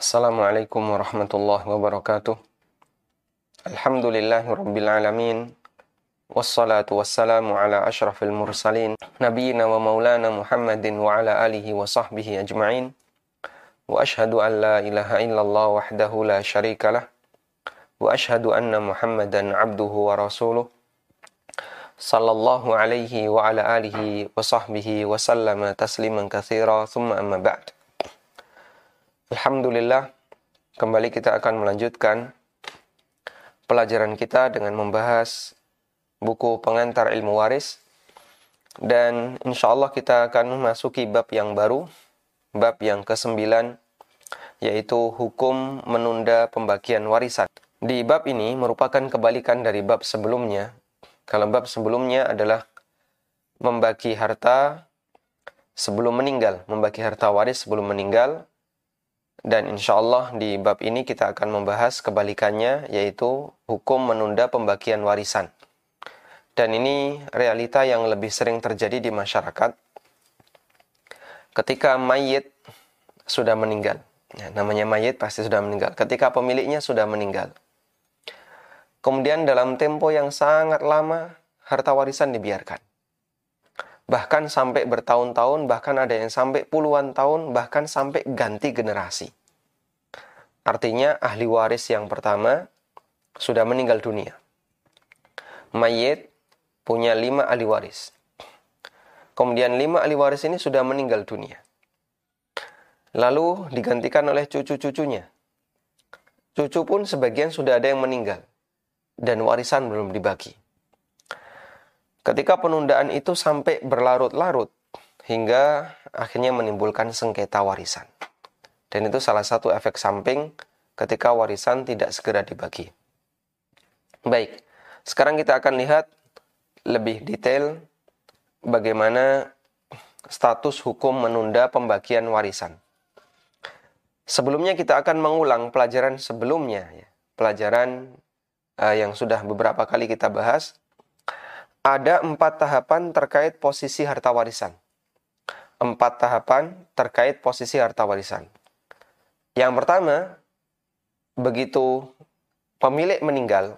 Assalamualaikum warahmatullahi wabarakatuh. Alhamdulillahi rabbil alamin. Wassalatu wassalamu ala ashrafil mursalin. Nabiyyina wa maulana Muhammadin wa ala alihi wa sahbihi ajma'in. Wa ashhadu an la ilaha illallah wahdahu la syarika lah. Wa ashhadu anna Muhammadan abduhu wa rasuluh. Sallallahu alaihi wa ala alihi wa sahbihi wa sallama tasliman katsira. Thumma amma ba'd. Alhamdulillah, kembali kita akan melanjutkan pelajaran kita dengan membahas buku pengantar ilmu waris. Dan insya Allah kita akan memasuki bab yang baru, bab yang ke-9, yaitu hukum menunda pembagian warisan. Di bab ini merupakan kebalikan dari bab sebelumnya. Kalau bab sebelumnya adalah membagi harta sebelum meninggal, membagi harta waris sebelum meninggal. Dan insya Allah di bab ini kita akan membahas kebalikannya, yaitu hukum menunda pembagian warisan. Dan ini realita yang lebih sering terjadi di masyarakat ketika mayit sudah meninggal. Ya, namanya mayit pasti sudah meninggal. Ketika pemiliknya sudah meninggal. Kemudian dalam tempo yang sangat lama, harta warisan dibiarkan. Bahkan sampai bertahun-tahun, bahkan ada yang sampai puluhan tahun, bahkan sampai ganti generasi. Artinya ahli waris yang pertama sudah meninggal dunia. Mayit punya 5 ahli waris. Kemudian 5 ahli waris ini sudah meninggal dunia. Lalu digantikan oleh cucu-cucunya. Cucu pun sebagian sudah ada yang meninggal. Dan warisan belum dibagi. Ketika penundaan itu sampai berlarut-larut, hingga akhirnya menimbulkan sengketa warisan. Dan itu salah satu efek samping ketika warisan tidak segera dibagi. Baik, sekarang kita akan lihat lebih detail bagaimana status hukum menunda pembagian warisan. Sebelumnya kita akan mengulang pelajaran sebelumnya, pelajaran yang sudah beberapa kali kita bahas. Ada 4 tahapan terkait posisi harta warisan. 4 tahapan terkait posisi harta warisan. Yang pertama, begitu pemilik meninggal,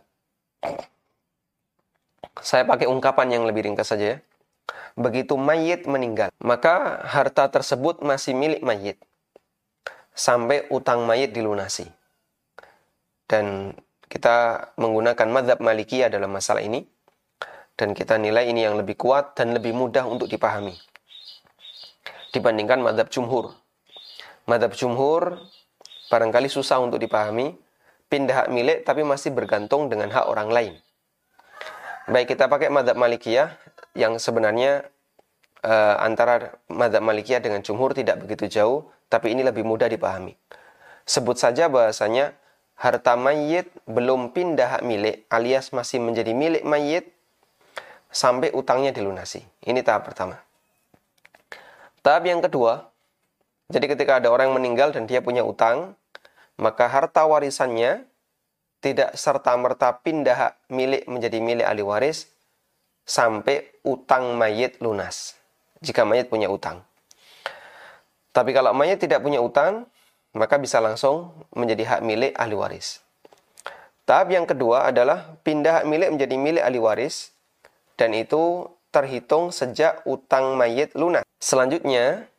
saya pakai ungkapan yang lebih ringkas saja ya. Begitu mayit meninggal, maka harta tersebut masih milik mayit sampai utang mayit dilunasi. Dan kita menggunakan mazhab Malikiyah dalam masalah ini. Dan kita nilai ini yang lebih kuat dan lebih mudah untuk dipahami dibandingkan mazhab jumhur. Mazhab jumhur barangkali susah untuk dipahami, pindah hak milik tapi masih bergantung dengan hak orang lain. Baik, kita pakai mazhab Malikiyah yang sebenarnya antara mazhab Malikiyah dengan jumhur tidak begitu jauh, tapi ini lebih mudah dipahami. Sebut saja bahasanya harta mayit belum pindah hak milik alias masih menjadi milik mayit sampai utangnya dilunasi. Ini tahap pertama. Tahap yang kedua, jadi ketika ada orang yang meninggal dan dia punya utang, maka harta warisannya tidak serta-merta pindah hak milik menjadi milik ahli waris sampai utang mayit lunas. Jika mayit punya utang. Tapi kalau mayit tidak punya utang, maka bisa langsung menjadi hak milik ahli waris. Tahap yang kedua adalah pindah hak milik menjadi milik ahli waris. Dan itu terhitung sejak utang mayit lunas. Selanjutnya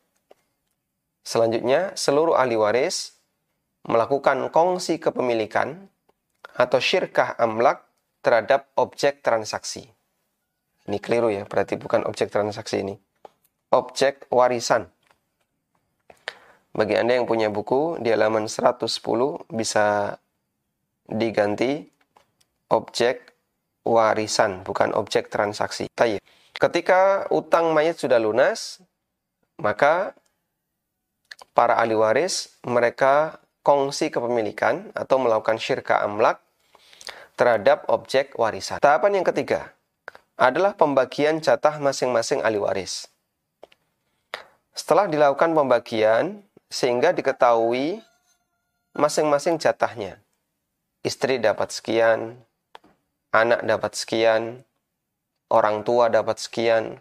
seluruh ahli waris melakukan kongsi kepemilikan atau syirkah amlak terhadap objek transaksi. Ini keliru ya, berarti bukan objek transaksi ini. Objek warisan. Bagi Anda yang punya buku, di halaman 110 bisa diganti objek warisan, bukan objek transaksi. Ketika utang mayit sudah lunas, maka para ahli waris mereka kongsi kepemilikan atau melakukan syirkah amlak terhadap objek warisan. Tahapan yang ketiga adalah pembagian jatah masing-masing ahli waris. Setelah dilakukan pembagian sehingga diketahui masing-masing jatahnya. Istri dapat sekian, anak dapat sekian, orang tua dapat sekian,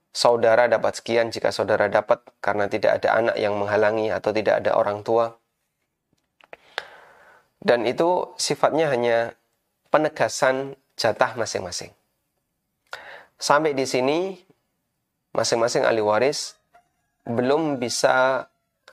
saudara dapat sekian jika saudara dapat karena tidak ada anak yang menghalangi atau tidak ada orang tua. Dan itu sifatnya hanya penegasan jatah masing-masing. Sampai di sini masing-masing ahli waris belum bisa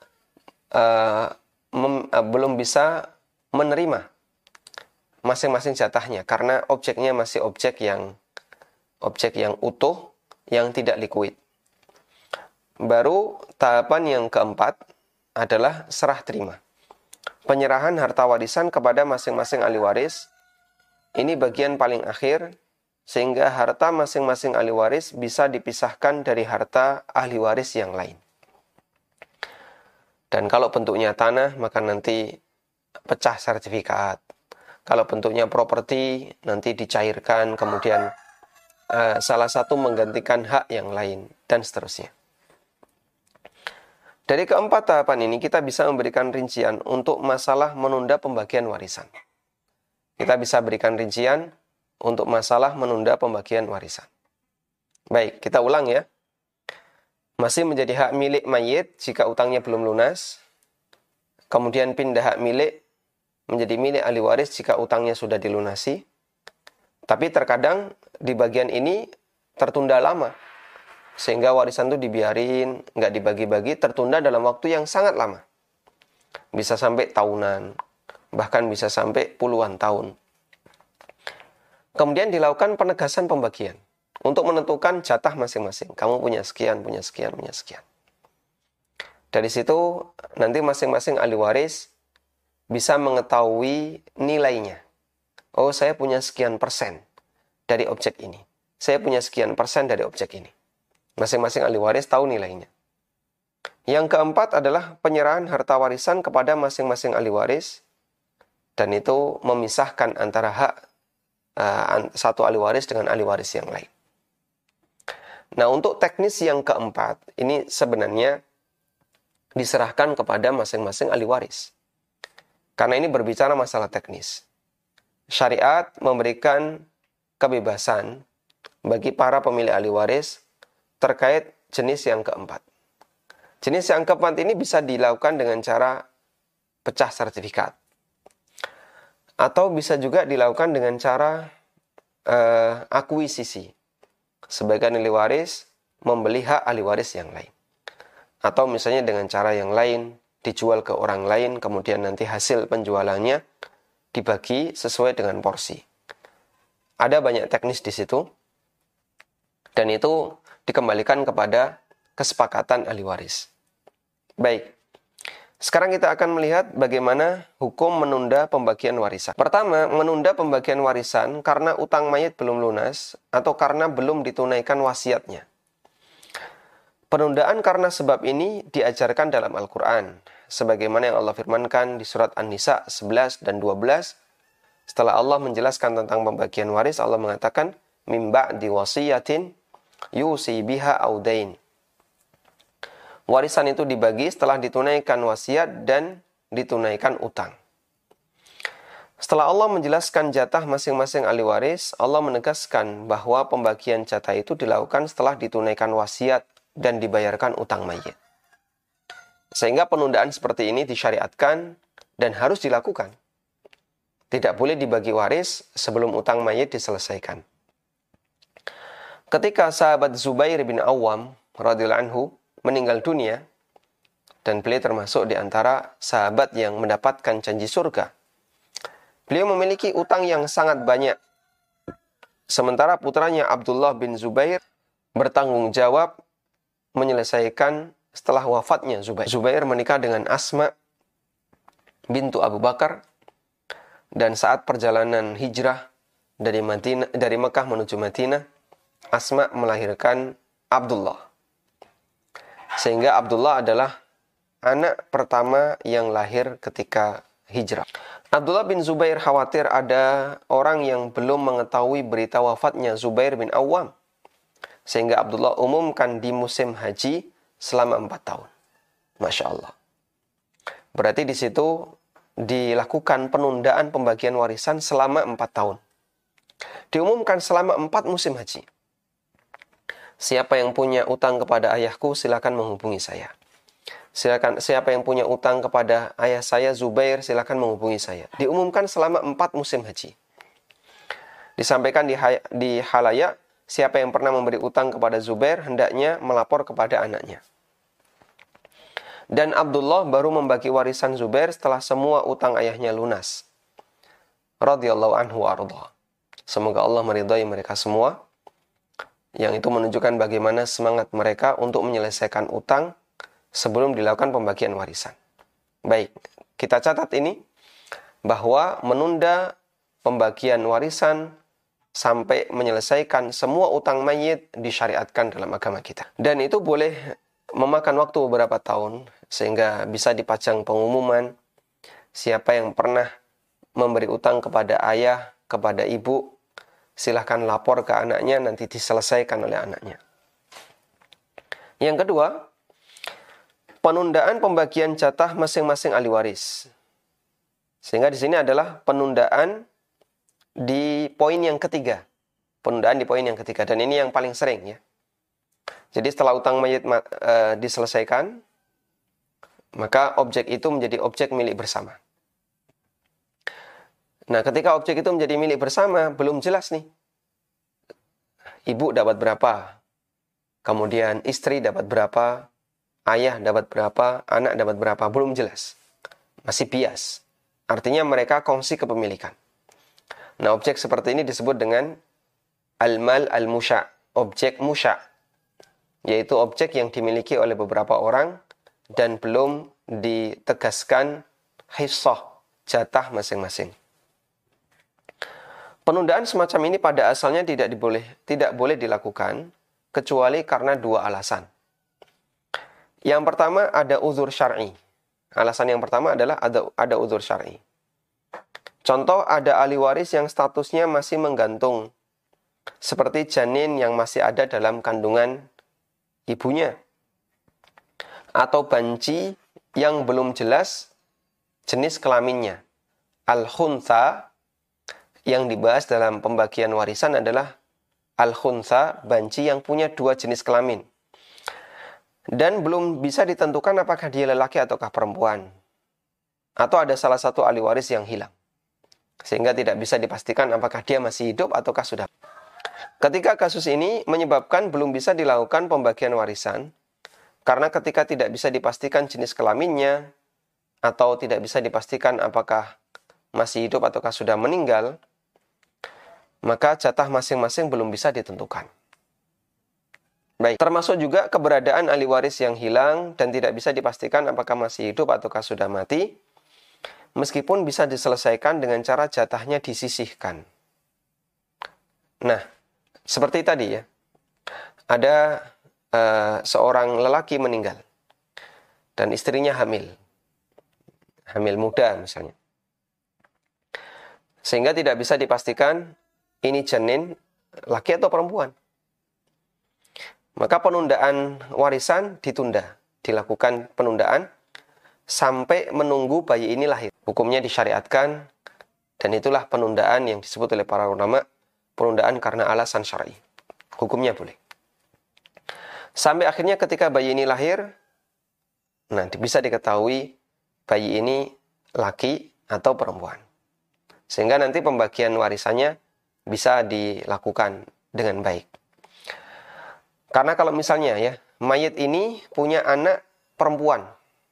menerima masing-masing jatahnya karena objeknya masih objek yang utuh, yang tidak liquid. Baru tahapan yang keempat adalah serah terima. Penyerahan harta warisan kepada masing-masing ahli waris. Ini bagian paling akhir, sehingga harta masing-masing ahli waris bisa dipisahkan dari harta ahli waris yang lain. Dan kalau bentuknya tanah, maka nanti pecah sertifikat. Kalau bentuknya properti, nanti dicairkan, kemudian salah satu menggantikan hak yang lain, dan seterusnya. Dari keempat tahapan ini, kita bisa memberikan rincian untuk masalah menunda pembagian warisan. Kita bisa berikan rincian untuk masalah menunda pembagian warisan. Baik, kita ulang ya. Masih menjadi hak milik mayit jika utangnya belum lunas. Kemudian pindah hak milik menjadi milik ahli waris jika utangnya sudah dilunasi. Tapi terkadang di bagian ini tertunda lama. Sehingga warisan itu dibiarin, nggak dibagi-bagi, tertunda dalam waktu yang sangat lama. Bisa sampai tahunan, bahkan bisa sampai puluhan tahun. Kemudian dilakukan penegasan pembagian untuk menentukan jatah masing-masing. Kamu punya sekian, punya sekian, punya sekian. Dari situ nanti masing-masing ahli waris bisa mengetahui nilainya. Oh, saya punya sekian persen dari objek ini. Saya punya sekian persen dari objek ini. Masing-masing ahli waris tahu nilainya. Yang keempat adalah penyerahan harta warisan kepada masing-masing ahli waris. Dan itu memisahkan antara hak satu ahli waris dengan ahli waris yang lain. Nah, untuk teknis yang keempat, ini sebenarnya diserahkan kepada masing-masing ahli waris. Karena ini berbicara masalah teknis. Syariat memberikan kebebasan bagi para pemilik ahli waris terkait jenis yang keempat. Jenis yang keempat ini bisa dilakukan dengan cara pecah sertifikat. Atau bisa juga dilakukan dengan cara akuisisi. Sebagian ahli waris membeli hak ahli waris yang lain. Atau misalnya dengan cara yang lain, dijual ke orang lain, kemudian nanti hasil penjualannya dibagi sesuai dengan porsi. Ada banyak teknis di situ. Dan itu dikembalikan kepada kesepakatan ahli waris. Baik, sekarang kita akan melihat bagaimana hukum menunda pembagian warisan. Pertama, menunda pembagian warisan karena utang mayit belum lunas atau karena belum ditunaikan wasiatnya. Penundaan karena sebab ini diajarkan dalam Al-Quran, sebagaimana yang Allah firmankan di surat An-Nisa 11 dan 12. Setelah Allah menjelaskan tentang pembagian waris, Allah mengatakan, "Mim ba'di wasiyatin yusi biha audain." Warisan itu dibagi setelah ditunaikan wasiat dan ditunaikan utang. Setelah Allah menjelaskan jatah masing-masing ahli waris, Allah menegaskan bahwa pembagian jatah itu dilakukan setelah ditunaikan wasiat dan dibayarkan utang mayit. Sehingga penundaan seperti ini disyariatkan dan harus dilakukan. Tidak boleh dibagi waris sebelum utang mayit diselesaikan. Ketika sahabat Zubair bin Awam radhiyallahu anhu meninggal dunia, dan beliau termasuk di antara sahabat yang mendapatkan janji surga, beliau memiliki utang yang sangat banyak. Sementara putranya Abdullah bin Zubair bertanggung jawab menyelesaikan setelah wafatnya Zubair. Zubair menikah dengan Asma bintu Abu Bakar, dan saat perjalanan hijrah dari Mekah menuju Madinah, Asma melahirkan Abdullah. Sehingga Abdullah adalah anak pertama yang lahir ketika hijrah. Abdullah bin Zubair khawatir ada orang yang belum mengetahui berita wafatnya Zubair bin Awam. Sehingga Abdullah umumkan di musim haji selama 4 tahun. Masya Allah. Berarti di situ dilakukan penundaan pembagian warisan selama 4 tahun. Diumumkan selama 4 musim haji. Siapa yang punya utang kepada ayahku, silakan menghubungi saya. Silakan, siapa yang punya utang kepada ayah saya Zubair, silakan menghubungi saya. Diumumkan selama 4 musim haji. Disampaikan di halayak, siapa yang pernah memberi utang kepada Zubair, hendaknya melapor kepada anaknya. Dan Abdullah baru membagi warisan Zubair setelah semua utang ayahnya lunas. Radhiyallahu anhu wa ardha. Semoga Allah meridhai mereka semua. Yang itu menunjukkan bagaimana semangat mereka untuk menyelesaikan utang sebelum dilakukan pembagian warisan. Baik, kita catat ini bahwa menunda pembagian warisan sampai menyelesaikan semua utang mayit disyariatkan dalam agama kita. Dan itu boleh memakan waktu beberapa tahun sehingga bisa dipajang pengumuman siapa yang pernah memberi utang kepada ayah, kepada ibu, silahkan lapor ke anaknya, nanti diselesaikan oleh anaknya. Yang kedua, penundaan pembagian jatah masing-masing ahli waris. Sehingga di sini adalah penundaan di poin yang ketiga. Penundaan di poin yang ketiga. Dan ini yang paling sering ya. Jadi setelah utang mayit diselesaikan, maka objek itu menjadi objek milik bersama. Nah, ketika objek itu menjadi milik bersama, belum jelas nih. Ibu dapat berapa? Kemudian istri dapat berapa? Ayah dapat berapa? Anak dapat berapa? Belum jelas. Masih bias. Artinya mereka kongsi kepemilikan. Nah, objek seperti ini disebut dengan al-mal al-musya', objek musya', yaitu objek yang dimiliki oleh beberapa orang dan belum ditegaskan hissah, jatah masing-masing. Penundaan semacam ini pada asalnya tidak boleh dilakukan kecuali karena 2 alasan. Yang pertama ada uzur syar'i. Alasan yang pertama adalah ada uzur syar'i. Contoh, ada ahli waris yang statusnya masih menggantung, seperti janin yang masih ada dalam kandungan ibunya, atau banci yang belum jelas jenis kelaminnya. Al-khuntha yang dibahas dalam pembagian warisan adalah al-khuntha, banci yang punya 2 jenis kelamin. Dan belum bisa ditentukan apakah dia lelaki ataukah perempuan. Atau ada salah satu ahli waris yang hilang. Sehingga tidak bisa dipastikan apakah dia masih hidup ataukah sudah. Ketika kasus ini menyebabkan belum bisa dilakukan pembagian warisan, karena ketika tidak bisa dipastikan jenis kelaminnya, atau tidak bisa dipastikan apakah masih hidup ataukah sudah meninggal, maka jatah masing-masing belum bisa ditentukan. Baik, termasuk juga keberadaan ahli waris yang hilang dan tidak bisa dipastikan apakah masih hidup ataukah sudah mati, meskipun bisa diselesaikan dengan cara jatahnya disisihkan. Nah, seperti tadi ya, ada seorang lelaki meninggal dan istrinya hamil muda misalnya, sehingga tidak bisa dipastikan ini janin laki atau perempuan. Maka penundaan warisan ditunda, dilakukan penundaan sampai menunggu bayi ini lahir. Hukumnya disyariatkan, dan itulah penundaan yang disebut oleh para ulama penundaan karena alasan syar'i. Hukumnya boleh. Sampai akhirnya ketika bayi ini lahir, nanti bisa diketahui bayi ini laki atau perempuan. Sehingga nanti pembagian warisannya bisa dilakukan dengan baik. Karena kalau misalnya ya, mayit ini punya anak perempuan.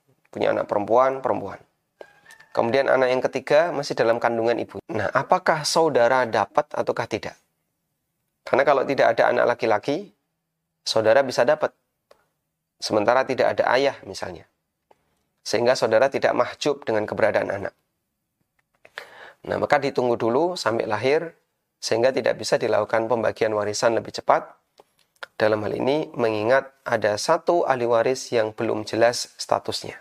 Kemudian anak yang ketiga masih dalam kandungan ibu. Nah, apakah saudara dapat ataukah tidak? Karena kalau tidak ada anak laki-laki, saudara bisa dapat. Sementara tidak ada ayah misalnya. Sehingga saudara tidak mahjub dengan keberadaan anak. Nah, maka ditunggu dulu sampai lahir, sehingga tidak bisa dilakukan pembagian warisan lebih cepat. Dalam hal ini mengingat ada satu ahli waris yang belum jelas statusnya.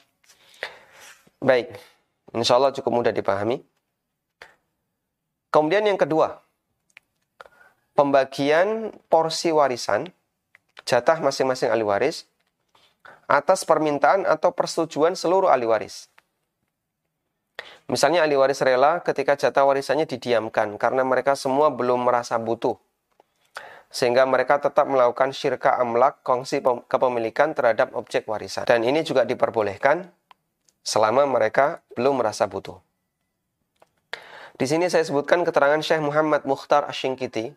Baik, insya Allah cukup mudah dipahami. Kemudian yang kedua, pembagian porsi warisan, jatah masing-masing ahli waris, atas permintaan atau persetujuan seluruh ahli waris. Misalnya ahli waris rela ketika jatah warisannya didiamkan karena mereka semua belum merasa butuh. sehingga mereka tetap melakukan syirka amlak, kongsi kepemilikan terhadap objek warisan. Dan ini juga diperbolehkan selama mereka belum merasa butuh. Di sini saya sebutkan keterangan Syekh Muhammad Mukhtar Asy-Syinkiti.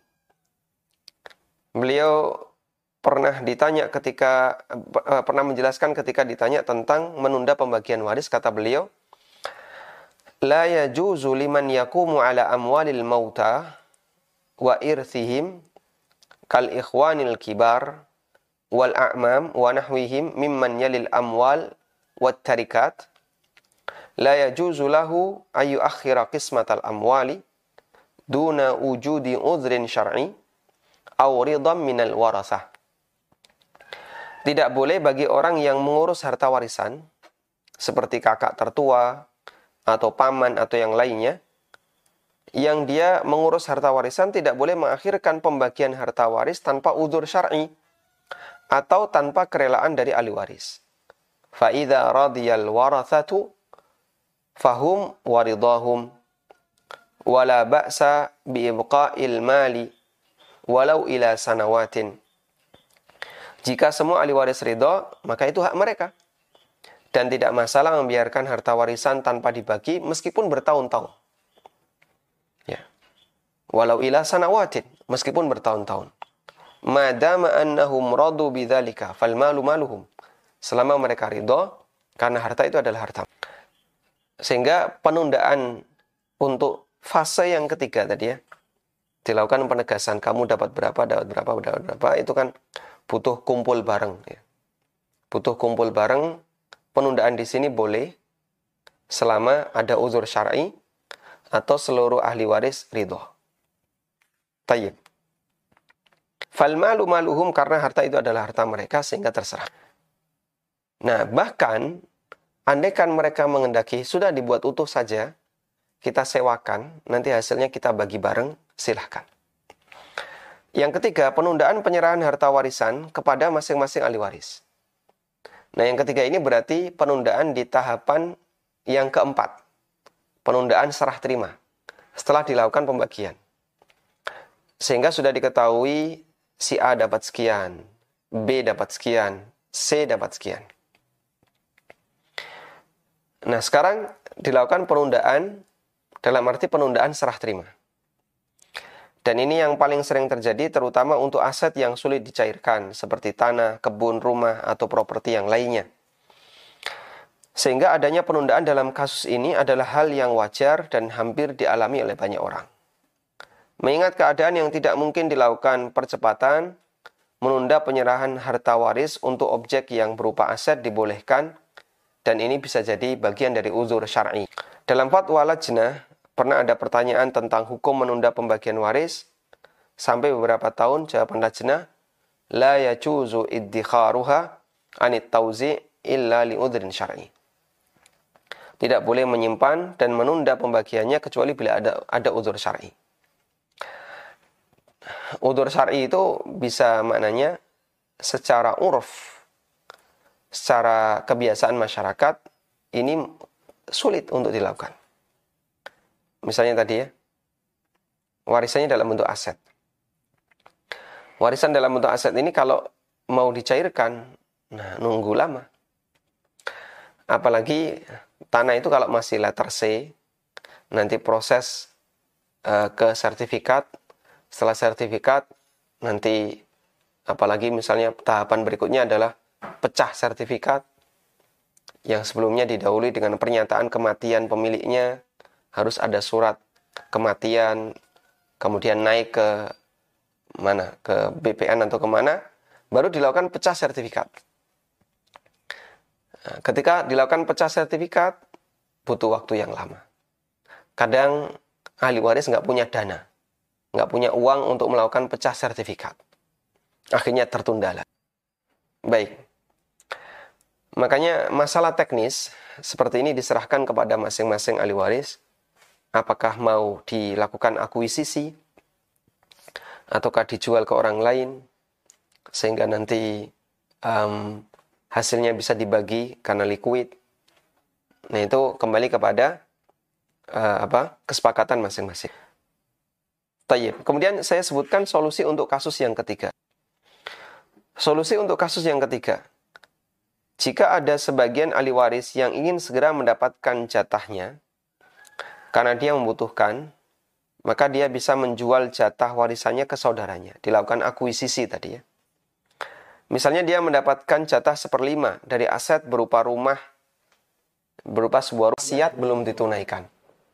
Beliau pernah menjelaskan ketika ditanya tentang menunda pembagian waris, kata beliau, la yajuzu liman yaqumu ala amwalil mauta wa irthihim kal ikhwanil kibar wal a'mam wa nahwihim mimman yalil amwal wat tarikat la yajuzu lahu ayu akhira qismatal amwali duna wujudi udhrin syar'i aw ridam minal warasah. Tidak boleh bagi orang yang mengurus harta warisan seperti kakak tertua atau paman atau yang lainnya, yang dia mengurus harta warisan tidak boleh mengakhirkan pembagian harta waris tanpa udzur syar'i atau tanpa kerelaan dari ahli waris. Fa idza radiyal warathatu fahum waridahum wala ba'sa bi ibqa'il mali walau ila sanawatin. Jika semua ahli waris ridha, maka itu hak mereka. Dan tidak masalah membiarkan harta warisan tanpa dibagi meskipun bertahun-tahun. Ya. Walau ila sanawatin, meskipun bertahun-tahun. Madama annahum radu bidzalika fal malu maluhum. Selama mereka ridha, karena harta itu adalah harta. Sehingga penundaan untuk fase yang ketiga tadi ya, dilakukan penegasan kamu dapat berapa, itu kan butuh kumpul bareng ya. Butuh kumpul bareng. Penundaan di sini boleh selama ada uzur syar'i atau seluruh ahli waris ridho. Tayyib. Fal malu maluhum, karena harta itu adalah harta mereka sehingga terserah. Nah, bahkan andaikan mereka mengendaki sudah dibuat utuh saja, kita sewakan, nanti hasilnya kita bagi bareng, silahkan. Yang ketiga, penundaan penyerahan harta warisan kepada masing-masing ahli waris. Nah, yang ketiga ini berarti penundaan di tahapan yang keempat. Penundaan serah terima setelah dilakukan pembagian. Sehingga sudah diketahui si A dapat sekian, B dapat sekian, C dapat sekian. Nah, sekarang dilakukan penundaan dalam arti penundaan serah terima. Dan ini yang paling sering terjadi terutama untuk aset yang sulit dicairkan seperti tanah, kebun, rumah, atau properti yang lainnya. Sehingga adanya penundaan dalam kasus ini adalah hal yang wajar dan hampir dialami oleh banyak orang. Mengingat keadaan yang tidak mungkin dilakukan percepatan, menunda penyerahan harta waris untuk objek yang berupa aset dibolehkan, dan ini bisa jadi bagian dari uzur syar'i. Dalam fatwa lajnah, pernah ada pertanyaan tentang hukum menunda pembagian waris. Sampai beberapa tahun, jawaban lajnah, la yajuzu iddikharuha anit tauzi' illa li'udhrin syar'i. Tidak boleh menyimpan dan menunda pembagiannya kecuali bila ada udzur syar'i. Udzur syar'i itu bisa maknanya secara urf, secara kebiasaan masyarakat, ini sulit untuk dilakukan. Misalnya tadi ya, warisannya dalam bentuk aset. Warisan dalam bentuk aset ini kalau mau dicairkan, nah nunggu lama. Apalagi tanah itu kalau masih letter C, nanti proses ke sertifikat. Setelah sertifikat, nanti apalagi misalnya tahapan berikutnya adalah pecah sertifikat. Yang sebelumnya didahului dengan pernyataan kematian pemiliknya. Harus ada surat kematian, kemudian naik ke mana, ke BPN atau kemana, baru dilakukan pecah sertifikat. Nah, ketika dilakukan pecah sertifikat, butuh waktu yang lama. Kadang ahli waris nggak punya dana, nggak punya uang untuk melakukan pecah sertifikat. Akhirnya tertunda lagi. Baik. Makanya masalah teknis seperti ini diserahkan kepada masing-masing ahli waris. Apakah mau dilakukan akuisisi ataukah dijual ke orang lain sehingga nanti hasilnya bisa dibagi karena liquid. Nah, itu kembali kepada kesepakatan masing-masing. Tayyib. Kemudian saya sebutkan solusi untuk kasus yang ketiga. Solusi untuk kasus yang ketiga. Jika ada sebagian ahli waris yang ingin segera mendapatkan jatahnya, karena dia membutuhkan, maka dia bisa menjual jatah warisannya ke saudaranya. Dilakukan akuisisi tadi ya. Misalnya dia mendapatkan jatah 1/5 dari aset berupa rumah, berupa sebuah wasiat belum ditunaikan.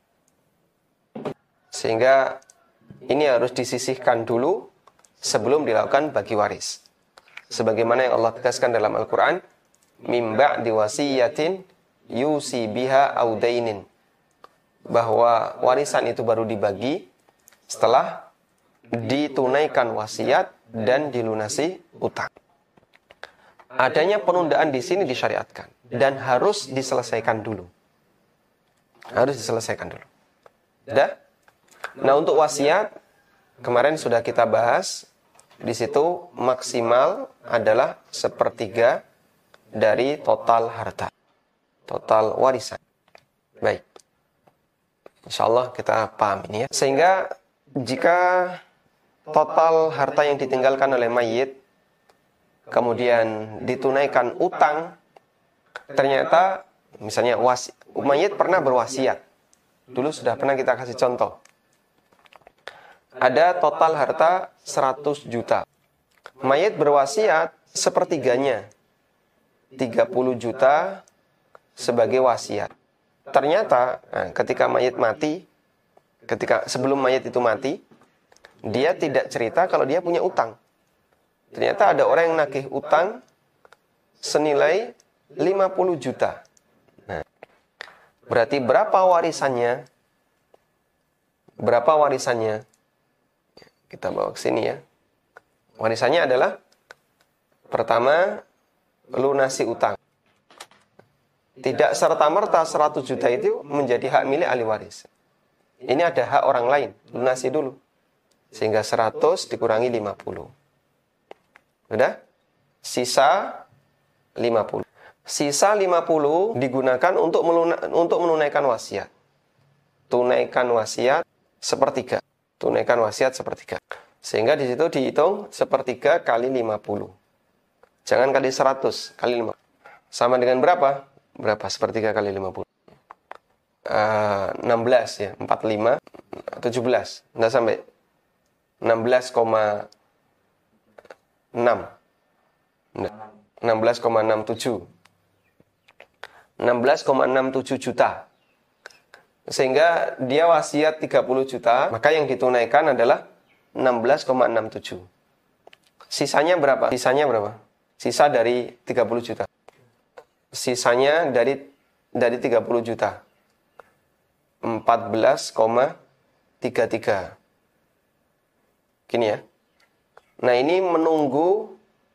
Sehingga ini harus disisihkan dulu sebelum dilakukan bagi waris. Sebagaimana yang Allah tegaskan dalam Al-Quran, mim ba'di wasiyatin yusi biha audainin. Bahwa warisan itu baru dibagi setelah ditunaikan wasiat dan dilunasi utang. Adanya penundaan di sini disyariatkan dan harus diselesaikan dulu. Harus diselesaikan dulu. Sudah? Nah, untuk wasiat kemarin sudah kita bahas. Di situ maksimal adalah 1/3 dari total harta. Total warisan. Baik. Insyaallah kita paham ini ya. Sehingga jika total harta yang ditinggalkan oleh mayit kemudian ditunaikan utang, ternyata misalnya mayit pernah berwasiat. Dulu sudah pernah kita kasih contoh. Ada total harta 100 juta. Mayit berwasiat 1/3-nya, 30 juta sebagai wasiat. Ternyata ketika mayit mati, sebelum mayit itu mati, dia tidak cerita kalau dia punya utang. Ternyata ada orang yang nagih utang senilai 50 juta. Nah, berarti berapa warisannya? Berapa warisannya? Kita bawa ke sini ya. Warisannya adalah pertama, lunasi utang. Tidak serta-merta 100 juta itu menjadi hak milik ahli waris. Ini ada hak orang lain, lunasi dulu. Sehingga 100 dikurangi 50. Sudah? Sisa 50. Sisa 50 digunakan untuk menunaikan wasiat. Tunaikan wasiat 1/3. Tunaikan wasiat 1/3. Sehingga di situ dihitung 1/3 kali 50. Jangan kali 100, kali 50. Sama dengan berapa? Berapa 1/3 kali 50? 16 ya, 45, 17. Nggak sampai. 16,6. 16,67. 16,67 juta. Sehingga dia wasiat 30 juta, maka yang ditunaikan adalah 16,67. Sisanya berapa? Sisa dari 30 juta. Sisanya dari 30 juta. 14,33. Gini ya. Nah, ini menunggu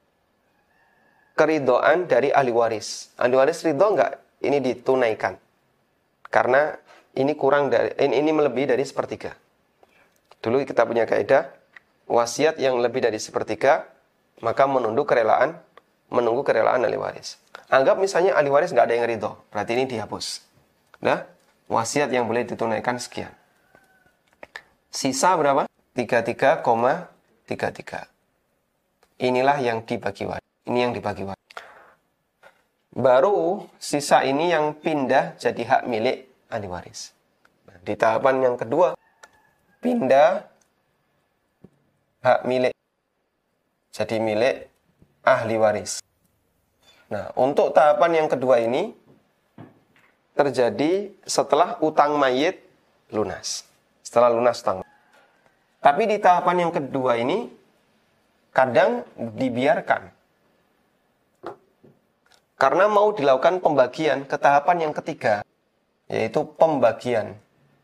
keridoan dari ahli waris. Ahli waris ridho enggak ini ditunaikan? Karena ini ini melebihi dari 1/3. Dulu kita punya kaidah wasiat yang lebih dari 1/3 maka menunggu kerelaan ahli waris. Anggap misalnya ahli waris enggak ada yang ridho, berarti ini dihapus. Nah, wasiat yang boleh ditunaikan sekian. Sisa berapa? 33,33. Inilah yang dibagi waris. Ini yang dibagi waris. Baru sisa ini yang pindah jadi hak milik ahli waris. Nah, di tahapan yang kedua, pindah hak milik jadi milik ahli waris. Nah, untuk tahapan yang kedua ini terjadi setelah utang mayit lunas. Setelah lunas utang. Tapi di tahapan yang kedua ini kadang dibiarkan. Karena mau dilakukan pembagian ke tahapan yang ketiga, yaitu pembagian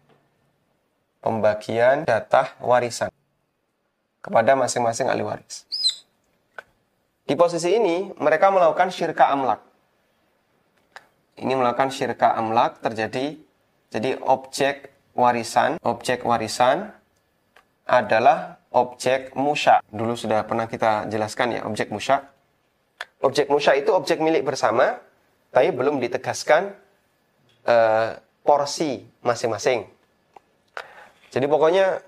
jatah warisan kepada masing-masing ahli waris. Di posisi ini mereka melakukan syirka amlak. Ini melakukan syirka amlak terjadi, jadi objek warisan adalah objek musya. Dulu sudah pernah kita jelaskan ya, objek musya. Objek musya itu objek milik bersama, tapi belum ditegaskan porsi masing-masing. Jadi pokoknya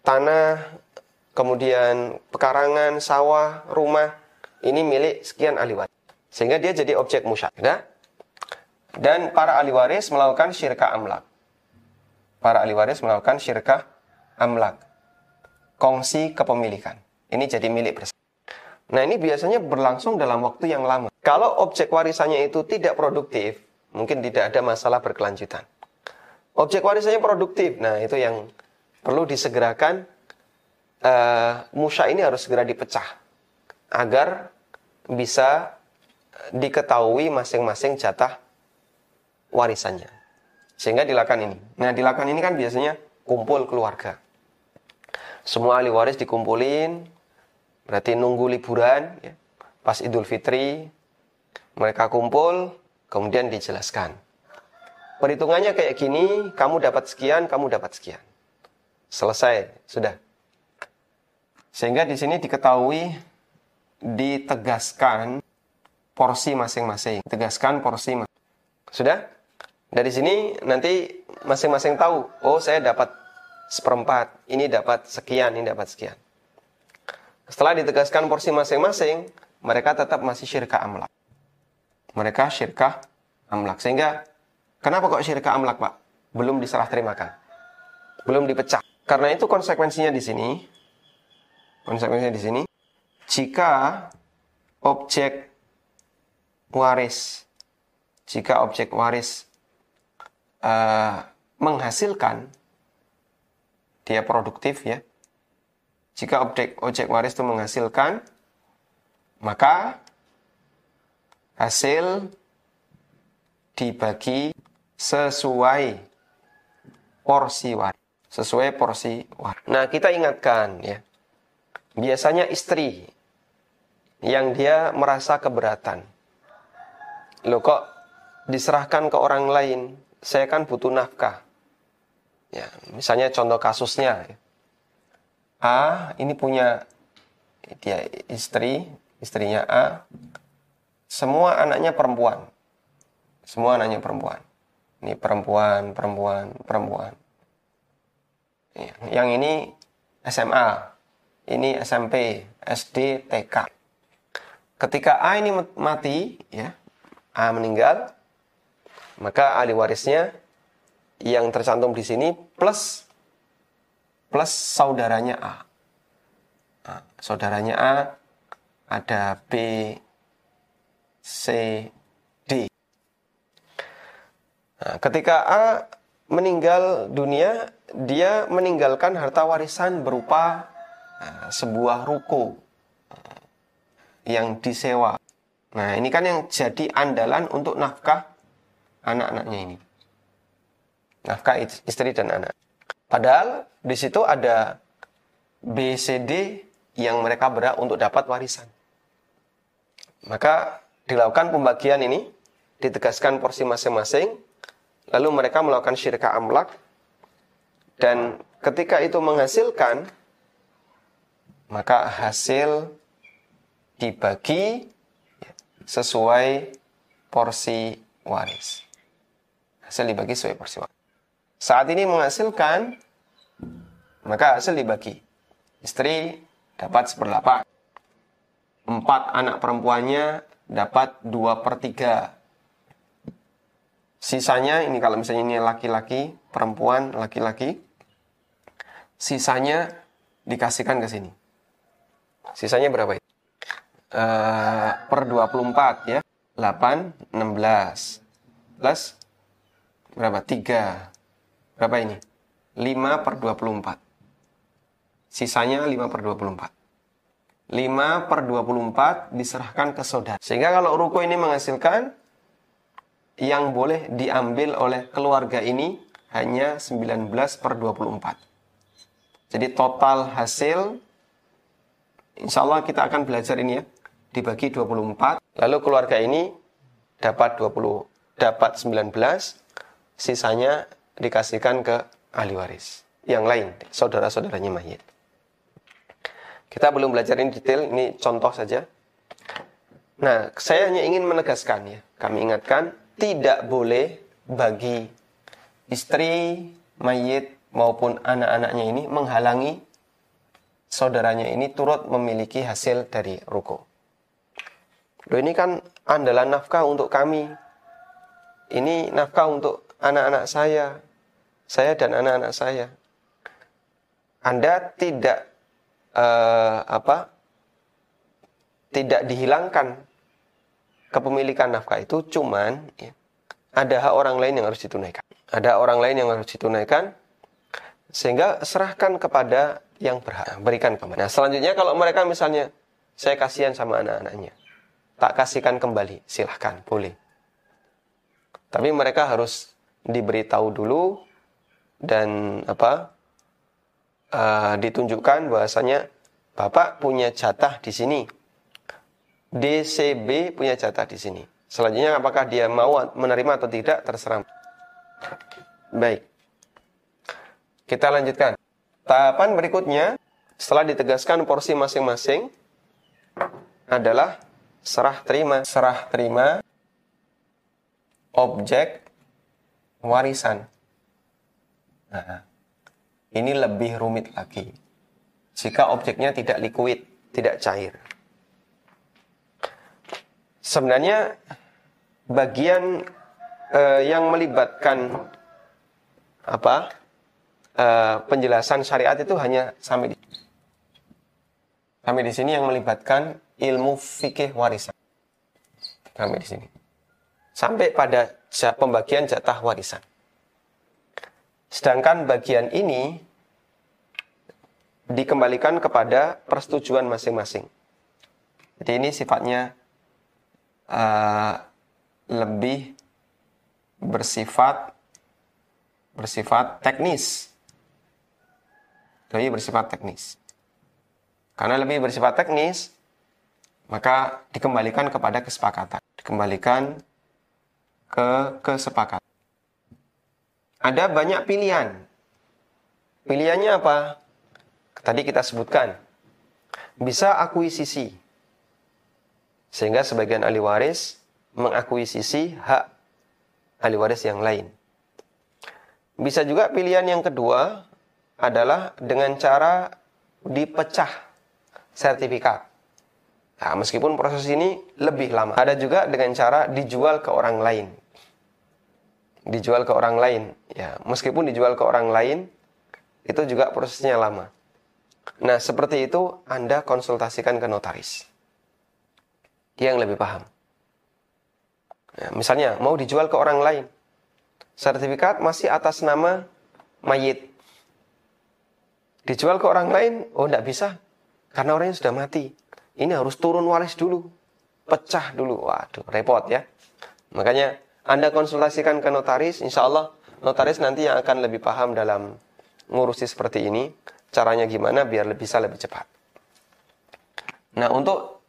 tanah, kemudian pekarangan, sawah, rumah, ini milik sekian ahli waris. Sehingga dia jadi objek musyahadah. Dan para ahli waris melakukan syirkah amlak. Para ahli waris melakukan syirkah amlak. Kongsi kepemilikan. Ini jadi milik bersama. Nah, ini biasanya berlangsung dalam waktu yang lama. Kalau objek warisannya itu tidak produktif, mungkin tidak ada masalah berkelanjutan. Objek warisannya produktif, nah itu yang perlu disegerakan. Musya ini harus segera dipecah agar bisa diketahui masing-masing jatah warisannya. Sehingga dilakukan ini. Nah, dilakukan ini kan biasanya kumpul keluarga. Semua ahli waris dikumpulin, berarti nunggu liburan, ya. Pas Idul Fitri, mereka kumpul, kemudian dijelaskan. Perhitungannya kayak gini, kamu dapat sekian, kamu dapat sekian. Selesai, sudah. Sehingga di sini diketahui, ditegaskan porsi masing-masing. Tegaskan porsi masing-masing. Sudah? Dari sini nanti masing-masing tahu, oh saya dapat seperempat, ini dapat sekian, ini dapat sekian. Setelah ditegaskan porsi masing-masing, mereka tetap masih syirkah amlak. Mereka syirkah amlak. Sehingga, kenapa kok syirkah amlak, Pak? Belum diserah terimakan. Belum dipecah. Karena itu konsekuensinya di sini. Konsekuensinya di sini. Jika objek waris menghasilkan, dia produktif ya. Jika objek waris itu menghasilkan, maka hasil dibagi sesuai porsi waris. Sesuai porsi waris. Nah, kita ingatkan ya. Biasanya istri yang dia merasa keberatan. Loh kok diserahkan ke orang lain? Saya kan butuh nafkah. Ya, misalnya contoh kasusnya. A ini punya dia istrinya A. Semua anaknya perempuan. Semua anaknya perempuan. Ini perempuan. Ya, yang ini SMA, ini SMP, SD, TK. Ketika A ini mati, ya, A meninggal, maka ahli warisnya yang tercantum di sini plus saudaranya A. Nah, saudaranya A ada B, C, D. Nah, ketika A meninggal dunia, dia meninggalkan harta warisan berupa sebuah ruko yang disewa. Nah, ini kan yang jadi andalan untuk nafkah anak-anaknya ini. Nafkah istri dan anak. Padahal di situ ada B, C, D yang mereka berhak untuk dapat warisan. Maka dilakukan pembagian ini, ditegaskan porsi masing-masing, lalu mereka melakukan syirkah amlak, dan ketika itu menghasilkan, maka hasil dibagi sesuai porsi waris. Hasil dibagi sesuai porsi waris. Saat ini menghasilkan, maka hasil dibagi. Istri dapat 1/8. 4 anak perempuannya dapat 2/3. Sisanya, ini kalau misalnya ini laki-laki, perempuan, laki-laki, sisanya dikasihkan ke sini. Sisanya berapa itu? Per 24 ya. 8, 16. Plus berapa? 3. Berapa ini? 5/24. Sisanya 5/24. 5/24 diserahkan ke saudara. Sehingga kalau ruko ini menghasilkan, yang boleh diambil oleh keluarga ini hanya 19/24. Jadi total hasil, insya Allah kita akan belajar ini ya, dibagi 24. Lalu keluarga ini dapat 19, sisanya dikasihkan ke ahli waris yang lain, saudara-saudaranya mayit. Kita belum belajar ini detail, ini contoh saja. Nah, saya hanya ingin menegaskan ya, kami ingatkan, tidak boleh bagi istri mayit maupun anak-anaknya ini menghalangi saudaranya ini turut memiliki hasil dari ruko. Loh, ini kan andalan nafkah untuk kami. Ini nafkah untuk anak-anak saya dan anak-anak saya. Anda tidak tidak dihilangkan kepemilikan nafkah itu, cuman ya, ada hak orang lain yang harus ditunaikan. Ada orang lain yang harus ditunaikan, sehingga serahkan kepada yang berhak, berikan kepada. Nah, selanjutnya kalau mereka misalnya, saya kasihan sama anak-anaknya, tak kasihkan kembali, silahkan, boleh. Tapi mereka harus diberitahu dulu dan ditunjukkan bahwasanya Bapak punya jatah di sini, DCB punya jatah di sini. Selanjutnya apakah dia mau menerima atau tidak terserah. Baik, kita lanjutkan. Tahapan berikutnya setelah ditegaskan porsi masing-masing adalah serah terima. Serah terima objek warisan. Nah, ini lebih rumit lagi jika objeknya tidak liquid, tidak cair. Sebenarnya bagian yang melibatkan penjelasan syariat itu hanya sampai di sini, yang melibatkan ilmu fikih warisan. Sampai di sini. Sampai pada pembagian jatah warisan. Sedangkan bagian ini dikembalikan kepada persetujuan masing-masing. Jadi ini sifatnya lebih bersifat teknis. Lebih bersifat teknis. Karena lebih bersifat teknis, maka dikembalikan kepada kesepakatan. Dikembalikan ke kesepakatan. Ada banyak pilihan. Pilihannya apa? Tadi kita sebutkan. Bisa akuisisi. Sehingga sebagian ahli waris mengakuisisi hak ahli waris yang lain. Bisa juga pilihan yang kedua adalah dengan cara dipecah sertifikat. Nah, meskipun proses ini lebih lama. Ada juga dengan cara dijual ke orang lain. Dijual ke orang lain. Ya, meskipun dijual ke orang lain, itu juga prosesnya lama. Nah, seperti itu Anda konsultasikan ke notaris. Dia yang lebih paham. Nah, misalnya, mau dijual ke orang lain. Sertifikat masih atas nama mayit. Dijual ke orang lain, oh tidak bisa. Karena orangnya sudah mati. Ini harus turun waris dulu. Pecah dulu. Waduh, repot ya. Makanya, Anda konsultasikan ke notaris, insya Allah notaris nanti yang akan lebih paham dalam ngurusi seperti ini. Caranya gimana biar bisa lebih cepat. Nah, untuk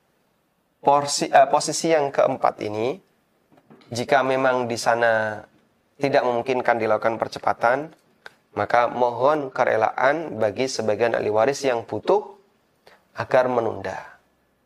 posisi yang keempat ini, jika memang di sana tidak memungkinkan dilakukan percepatan, maka mohon kerelaan bagi sebagian ahli waris yang butuh agar menunda.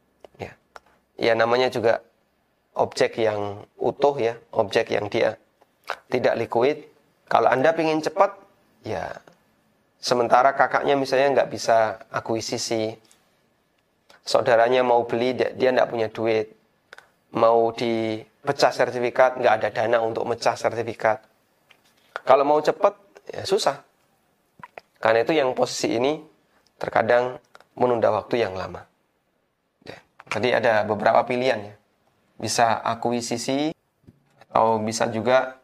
Ya namanya juga objek yang utuh ya, objek yang dia tidak liquid. Kalau Anda ingin cepat, ya sementara kakaknya misalnya nggak bisa akuisisi, saudaranya mau beli, dia nggak punya duit, mau dipecah sertifikat, nggak ada dana untuk mecah sertifikat. Kalau mau cepat, ya susah. Karena itu yang posisi ini terkadang menunda waktu yang lama. Ya. Tadi ada beberapa pilihan ya. Bisa akuisisi atau bisa juga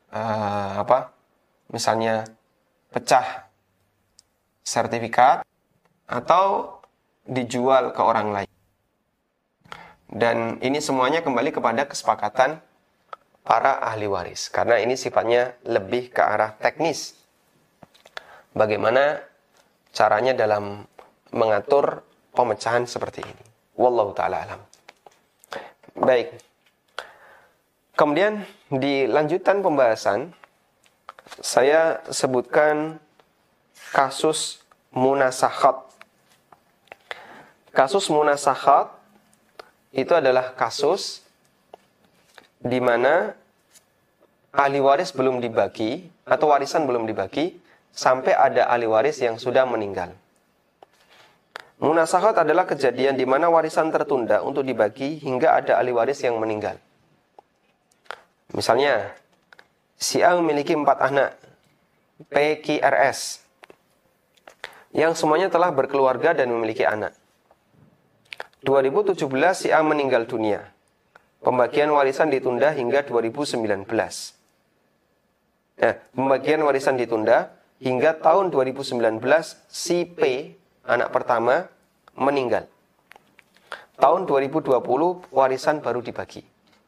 misalnya pecah sertifikat atau dijual ke orang lain. Dan ini semuanya kembali kepada kesepakatan para ahli waris, karena ini sifatnya lebih ke arah teknis. Bagaimana caranya dalam mengatur pemecahan seperti ini. Wallahu ta'ala alam. Baik. Kemudian di lanjutan pembahasan, saya sebutkan kasus munasakhat. Kasus munasakhat itu adalah kasus di mana ahli waris belum dibagi atau warisan belum dibagi sampai ada ahli waris yang sudah meninggal. Munasakhat adalah kejadian di mana warisan tertunda untuk dibagi hingga ada ahli waris yang meninggal. Misalnya, si A memiliki 4 anak, PQRS, yang semuanya telah berkeluarga dan memiliki anak. 2017 si A meninggal dunia. Pembagian warisan ditunda hingga 2019. Pembagian warisan ditunda hingga tahun 2019 si P, anak pertama, meninggal. Tahun 2020 warisan baru dibagi.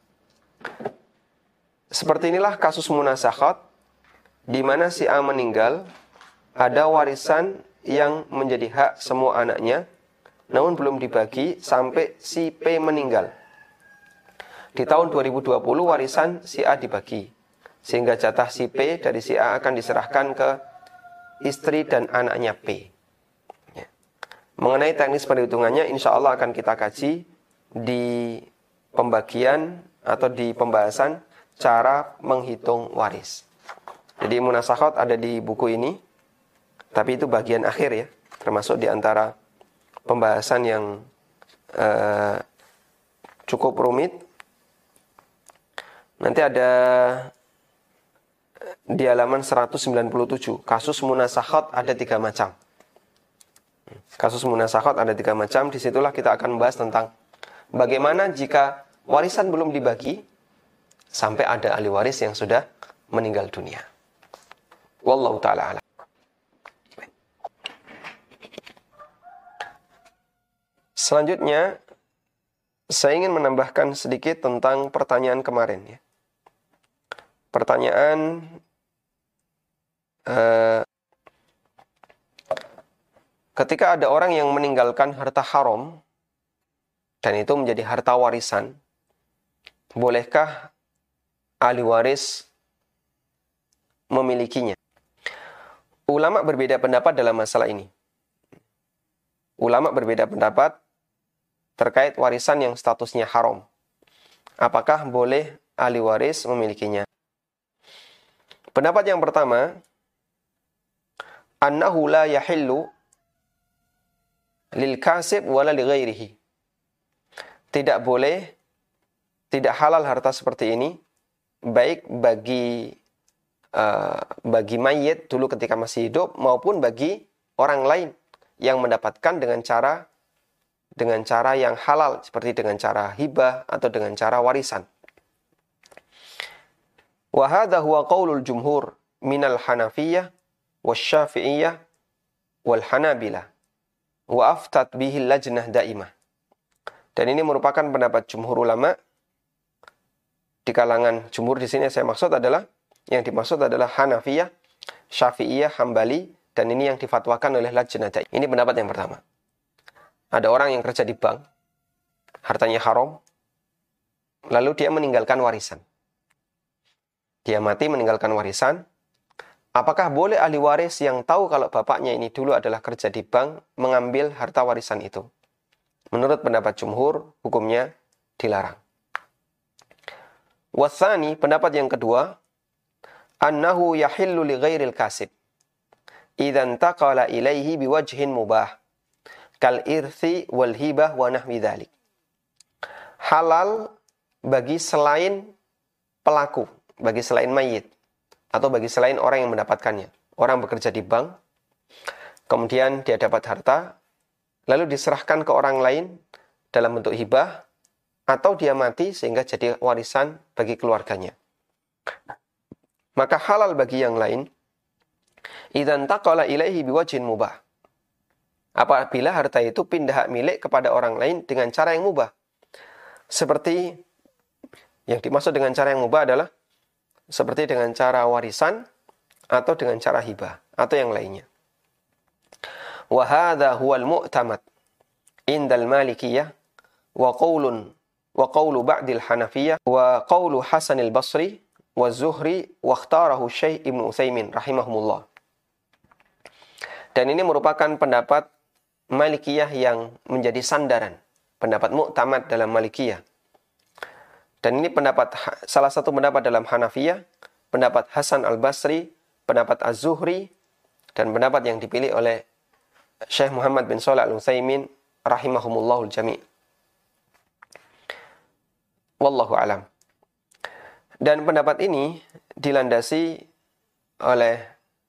Seperti inilah kasus munasakhat, di mana si A meninggal, ada warisan yang menjadi hak semua anaknya, namun belum dibagi sampai si P meninggal. Di tahun 2020 warisan si A dibagi, sehingga jatah si P dari si A akan diserahkan ke istri dan anaknya P. Mengenai teknis perhitungannya, insya Allah akan kita kaji di pembagian atau di pembahasan cara menghitung waris. Jadi munasakhat ada di buku ini, tapi itu bagian akhir ya, termasuk di antara pembahasan yang cukup rumit. Nanti ada di halaman 197, kasus munasakhat ada 3 macam. Kasus munasakhat ada 3 macam. Disitulah kita akan membahas tentang bagaimana jika warisan belum dibagi sampai ada ahli waris yang sudah meninggal dunia. Wallahu ta'ala a'lam. Selanjutnya, saya ingin menambahkan sedikit tentang pertanyaan kemarin ya. Pertanyaan ketika ada orang yang meninggalkan harta haram dan itu menjadi harta warisan, bolehkah ahli waris memilikinya? Ulama berbeda pendapat dalam masalah ini. Ulama berbeda pendapat terkait warisan yang statusnya haram. Apakah boleh ahli waris memilikinya? Pendapat yang pertama, annahu la yahillu lil kasib wala li ghairihi. Tidak boleh, tidak halal harta seperti ini, baik bagi mayit dulu ketika masih hidup maupun bagi orang lain yang mendapatkan dengan cara yang halal, seperti dengan cara hibah atau dengan cara warisan. Wa hadha huwa qaulul jumhur minal Hanafiyah wasy-Syafi'iyah wal Hanabilah wa aftat bihi lajnah daimah. Dan ini merupakan pendapat jumhur ulama. Di kalangan jumhur di sini saya maksud adalah yang dimaksud adalah Hanafiyah, Syafi'iyah, Hambali, dan ini yang difatwakan oleh lajnah daimah. Ini pendapat yang pertama. Ada orang yang kerja di bank, hartanya haram, lalu dia meninggalkan warisan. Dia mati meninggalkan warisan. Apakah boleh ahli waris yang tahu kalau bapaknya ini dulu adalah kerja di bank mengambil harta warisan itu? Menurut pendapat jumhur, hukumnya dilarang. Wathani, pendapat yang kedua, annahu yahillu li ghairil kasib idza intaqala ilaihi biwajhin mubah kal irthi wal hibah wa nahwi dzalik. Halal bagi selain pelaku, bagi selain mayit, atau bagi selain orang yang mendapatkannya. Orang bekerja di bank, kemudian dia dapat harta, lalu diserahkan ke orang lain dalam bentuk hibah, atau dia mati sehingga jadi warisan bagi keluarganya. Maka halal bagi yang lain, idzan taqala ilaihi biwajhin mubah. Apabila harta itu pindah hak milik kepada orang lain dengan cara yang mubah. Seperti yang dimaksud dengan cara yang mubah adalah seperti dengan cara warisan atau dengan cara hibah atau yang lainnya. Wa hadza huwal mu'tamad indal Malikiyah wa qawlu ba'dil Hanafiyah wa qawlu Hasanil Basri wa Zuhri wa ikhtarahu Syekh Ibnu Utsaimin rahimahumullah. Dan ini merupakan pendapat Malikiyah yang menjadi sandaran, pendapat mu'tamad dalam Malikiyah. Dan ini salah satu pendapat dalam Hanafiyah, pendapat Hasan al-Basri, pendapat Az-Zuhri, dan pendapat yang dipilih oleh Syekh Muhammad bin Shalih Al-Utsaimin rahimahumullahul jami'. Wallahu alam. Dan pendapat ini dilandasi oleh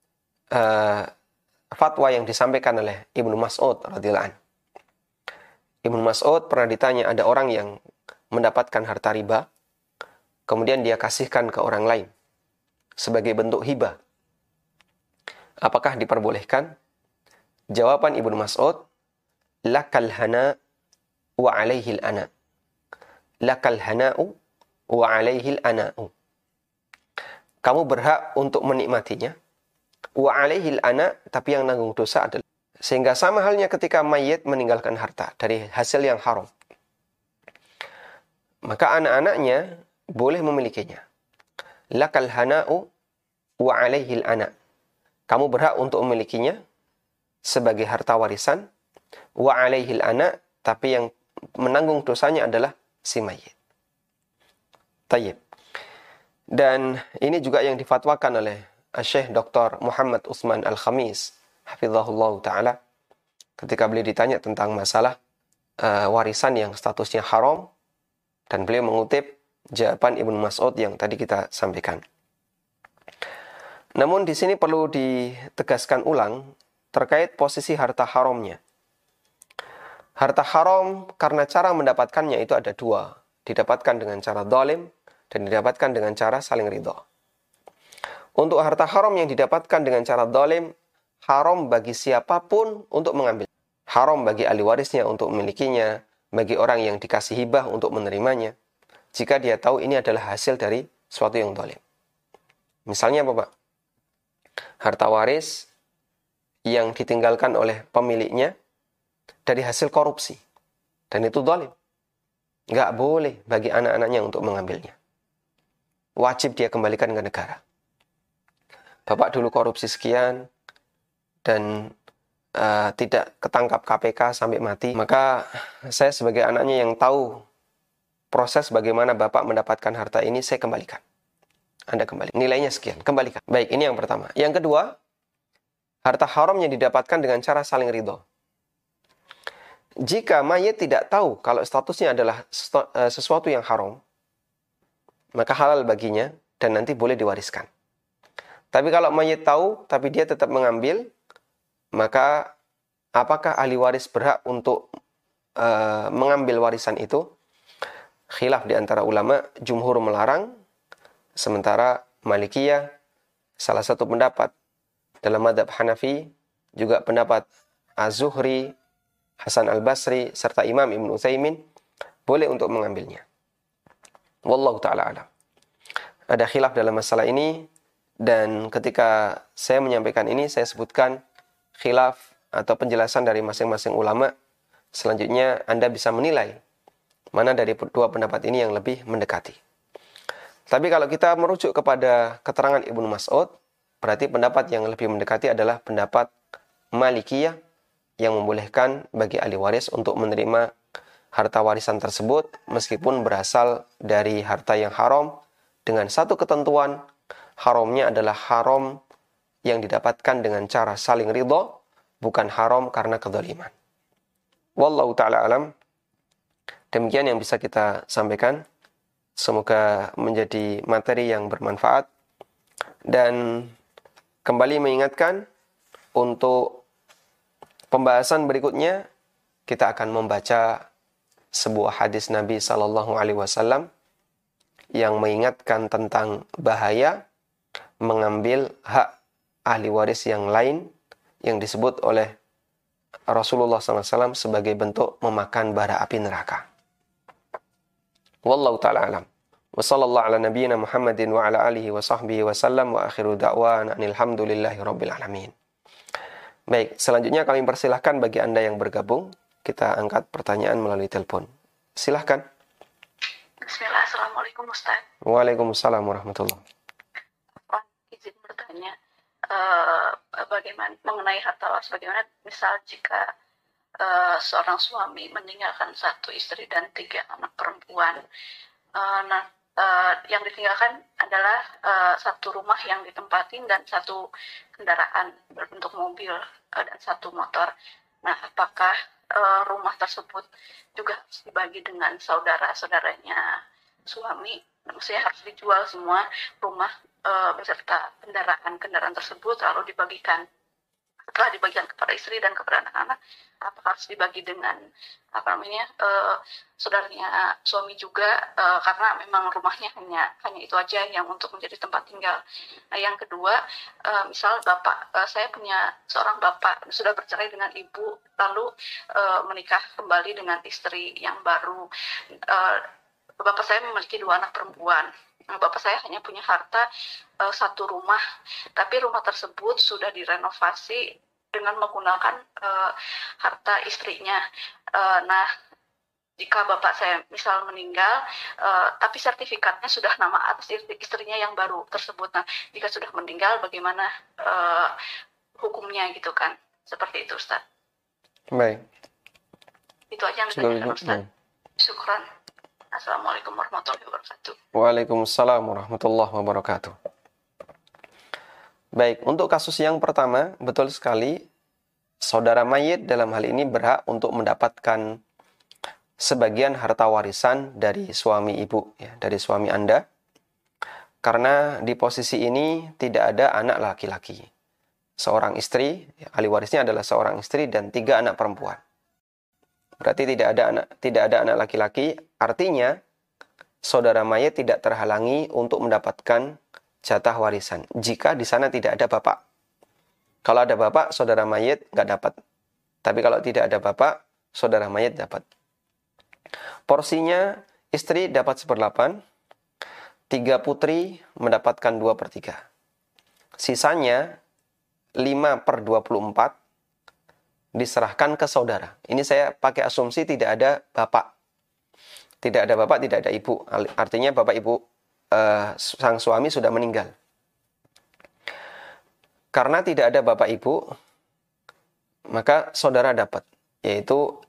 fatwa yang disampaikan oleh Ibnu Mas'ud radhiyallahu anhu. Ibnu Mas'ud pernah ditanya, ada orang yang mendapatkan harta riba, kemudian dia kasihkan ke orang lain sebagai bentuk hibah. Apakah diperbolehkan? Jawaban Ibnu Mas'ud, lakal hana wa alaihil ana. Lakal hana'u wa alaihil ana'u. Kamu berhak untuk menikmatinya. Wa alaihil ana, tapi yang nanggung dosa adalah. Sehingga sama halnya ketika mayit meninggalkan harta dari hasil yang haram, maka anak-anaknya boleh memilikinya. Lakal hana'u wa alaihil ana. Kamu berhak untuk memilikinya sebagai harta warisan. Wa alaihil ana, tapi yang menanggung dosanya adalah si mayit. Tayyib. Dan ini juga yang difatwakan oleh Syekh Dr. Muhammad Utsman Al-Khamis hafizahullah ta'ala ketika beliau ditanya tentang masalah warisan yang statusnya haram, dan beliau mengutip jawaban Ibnu Mas'ud yang tadi kita sampaikan. Namun di sini perlu ditegaskan ulang terkait posisi harta haramnya. Harta haram karena cara mendapatkannya itu ada dua. Didapatkan dengan cara zalim dan didapatkan dengan cara saling ridha. Untuk harta haram yang didapatkan dengan cara zalim, haram bagi siapapun untuk mengambil. Haram bagi ahli warisnya untuk memilikinya, bagi orang yang dikasih hibah untuk menerimanya, jika dia tahu ini adalah hasil dari suatu yang zalim. Misalnya apa, Pak? Harta waris yang ditinggalkan oleh pemiliknya dari hasil korupsi, dan itu zalim. Nggak boleh bagi anak-anaknya untuk mengambilnya. Wajib dia kembalikan ke negara. Bapak dulu korupsi sekian dan tidak ketangkap KPK sampai mati, maka saya sebagai anaknya yang tahu proses bagaimana Bapak mendapatkan harta ini, saya kembalikan. Anda kembali. Nilainya sekian, kembalikan. Baik, ini yang pertama. Yang kedua, harta haram yang didapatkan dengan cara saling ridho. Jika mayit tidak tahu kalau statusnya adalah sesuatu yang haram, maka halal baginya dan nanti boleh diwariskan. Tapi kalau mayit tahu, tapi dia tetap mengambil, maka apakah ahli waris berhak untuk mengambil warisan itu? Khilaf di antara ulama, jumhur melarang, sementara Malikiyah, salah satu pendapat dalam mazhab Hanafi, juga pendapat Az-Zuhri, Hasan Al-Basri, serta Imam Ibn Utsaimin, boleh untuk mengambilnya. Wallahu ta'ala alam. Ada khilaf dalam masalah ini, dan ketika saya menyampaikan ini, saya sebutkan khilaf atau penjelasan dari masing-masing ulama. Selanjutnya Anda bisa menilai mana dari dua pendapat ini yang lebih mendekati. Tapi kalau kita merujuk kepada keterangan Ibnu Mas'ud, berarti pendapat yang lebih mendekati adalah pendapat Malikiyah yang membolehkan bagi ahli waris untuk menerima harta warisan tersebut meskipun berasal dari harta yang haram, dengan satu ketentuan, haramnya adalah haram yang didapatkan dengan cara saling ridho, bukan haram karena kezaliman. Wallahu ta'ala alam. Demikian yang bisa kita sampaikan. Semoga menjadi materi yang bermanfaat. Dan kembali mengingatkan, untuk pembahasan berikutnya kita akan membaca sebuah hadis Nabi SAW yang mengingatkan tentang bahaya mengambil hak ahli waris yang lain yang disebut oleh Rasulullah SAW sebagai bentuk memakan bara api neraka. Wallahu ta'ala alam. Wa sallallahu ala nabiyyina Muhammadin wa ala alihi wa sahbihi wa sallam wa akhiru da'wana alhamdulillahi rabbil alamin. Baik, selanjutnya kami persilahkan bagi Anda yang bergabung, kita angkat pertanyaan melalui telepon. Silahkan. Bismillah, Assalamualaikum Ustaz. Waalaikumsalam warahmatullahi. Izin bertanya, bagaimana mengenai harta waris, bagaimana misal jika seorang suami meninggalkan 1 istri dan 3 anak perempuan, nah yang ditinggalkan adalah satu rumah yang ditempatin dan satu kendaraan berbentuk mobil dan satu motor. Nah, apakah rumah tersebut juga harus dibagi dengan saudara-saudaranya suami? Maksudnya harus dijual semua rumah beserta kendaraan tersebut lalu dibagikan. Setelah dibagikan kepada istri dan kepada anak-anak, apakah harus dibagi dengan saudaranya suami juga, karena memang rumahnya hanya itu aja yang untuk menjadi tempat tinggal. Nah, yang kedua, misal bapak, saya punya seorang bapak sudah bercerai dengan ibu, lalu menikah kembali dengan istri yang baru. Bapak saya memiliki 2 anak perempuan. Bapak saya hanya punya harta satu rumah, tapi rumah tersebut sudah direnovasi dengan menggunakan harta istrinya. Nah, jika bapak saya misal meninggal, tapi sertifikatnya sudah nama atas istrinya yang baru tersebut. Nah, jika sudah meninggal, bagaimana hukumnya gitu kan? Seperti itu, Ustaz. Baik. Itu aja yang ditanyakan, Ustaz. Syukran. Assalamualaikum warahmatullahi wabarakatuh. Waalaikumsalam warahmatullahi wabarakatuh. Baik, untuk kasus yang pertama, betul sekali, saudara mayit dalam hal ini berhak untuk mendapatkan sebagian harta warisan dari suami ibu, ya, dari suami Anda, karena di posisi ini tidak ada anak laki-laki. Seorang istri, ya, ahli warisnya adalah seorang istri dan 3 anak perempuan. Berarti tidak ada anak laki-laki, artinya saudara mayit tidak terhalangi untuk mendapatkan jatah warisan jika di sana tidak ada bapak. Kalau ada bapak, saudara mayit nggak dapat. Tapi kalau tidak ada bapak, saudara mayit dapat. Porsinya istri dapat 1/8, 3 putri mendapatkan 2/3. Sisanya 5/24 diserahkan ke saudara. Ini saya pakai asumsi tidak ada bapak. Tidak ada bapak, tidak ada ibu. Artinya bapak ibu sang suami sudah meninggal. Karena tidak ada bapak ibu, maka saudara dapat, yaitu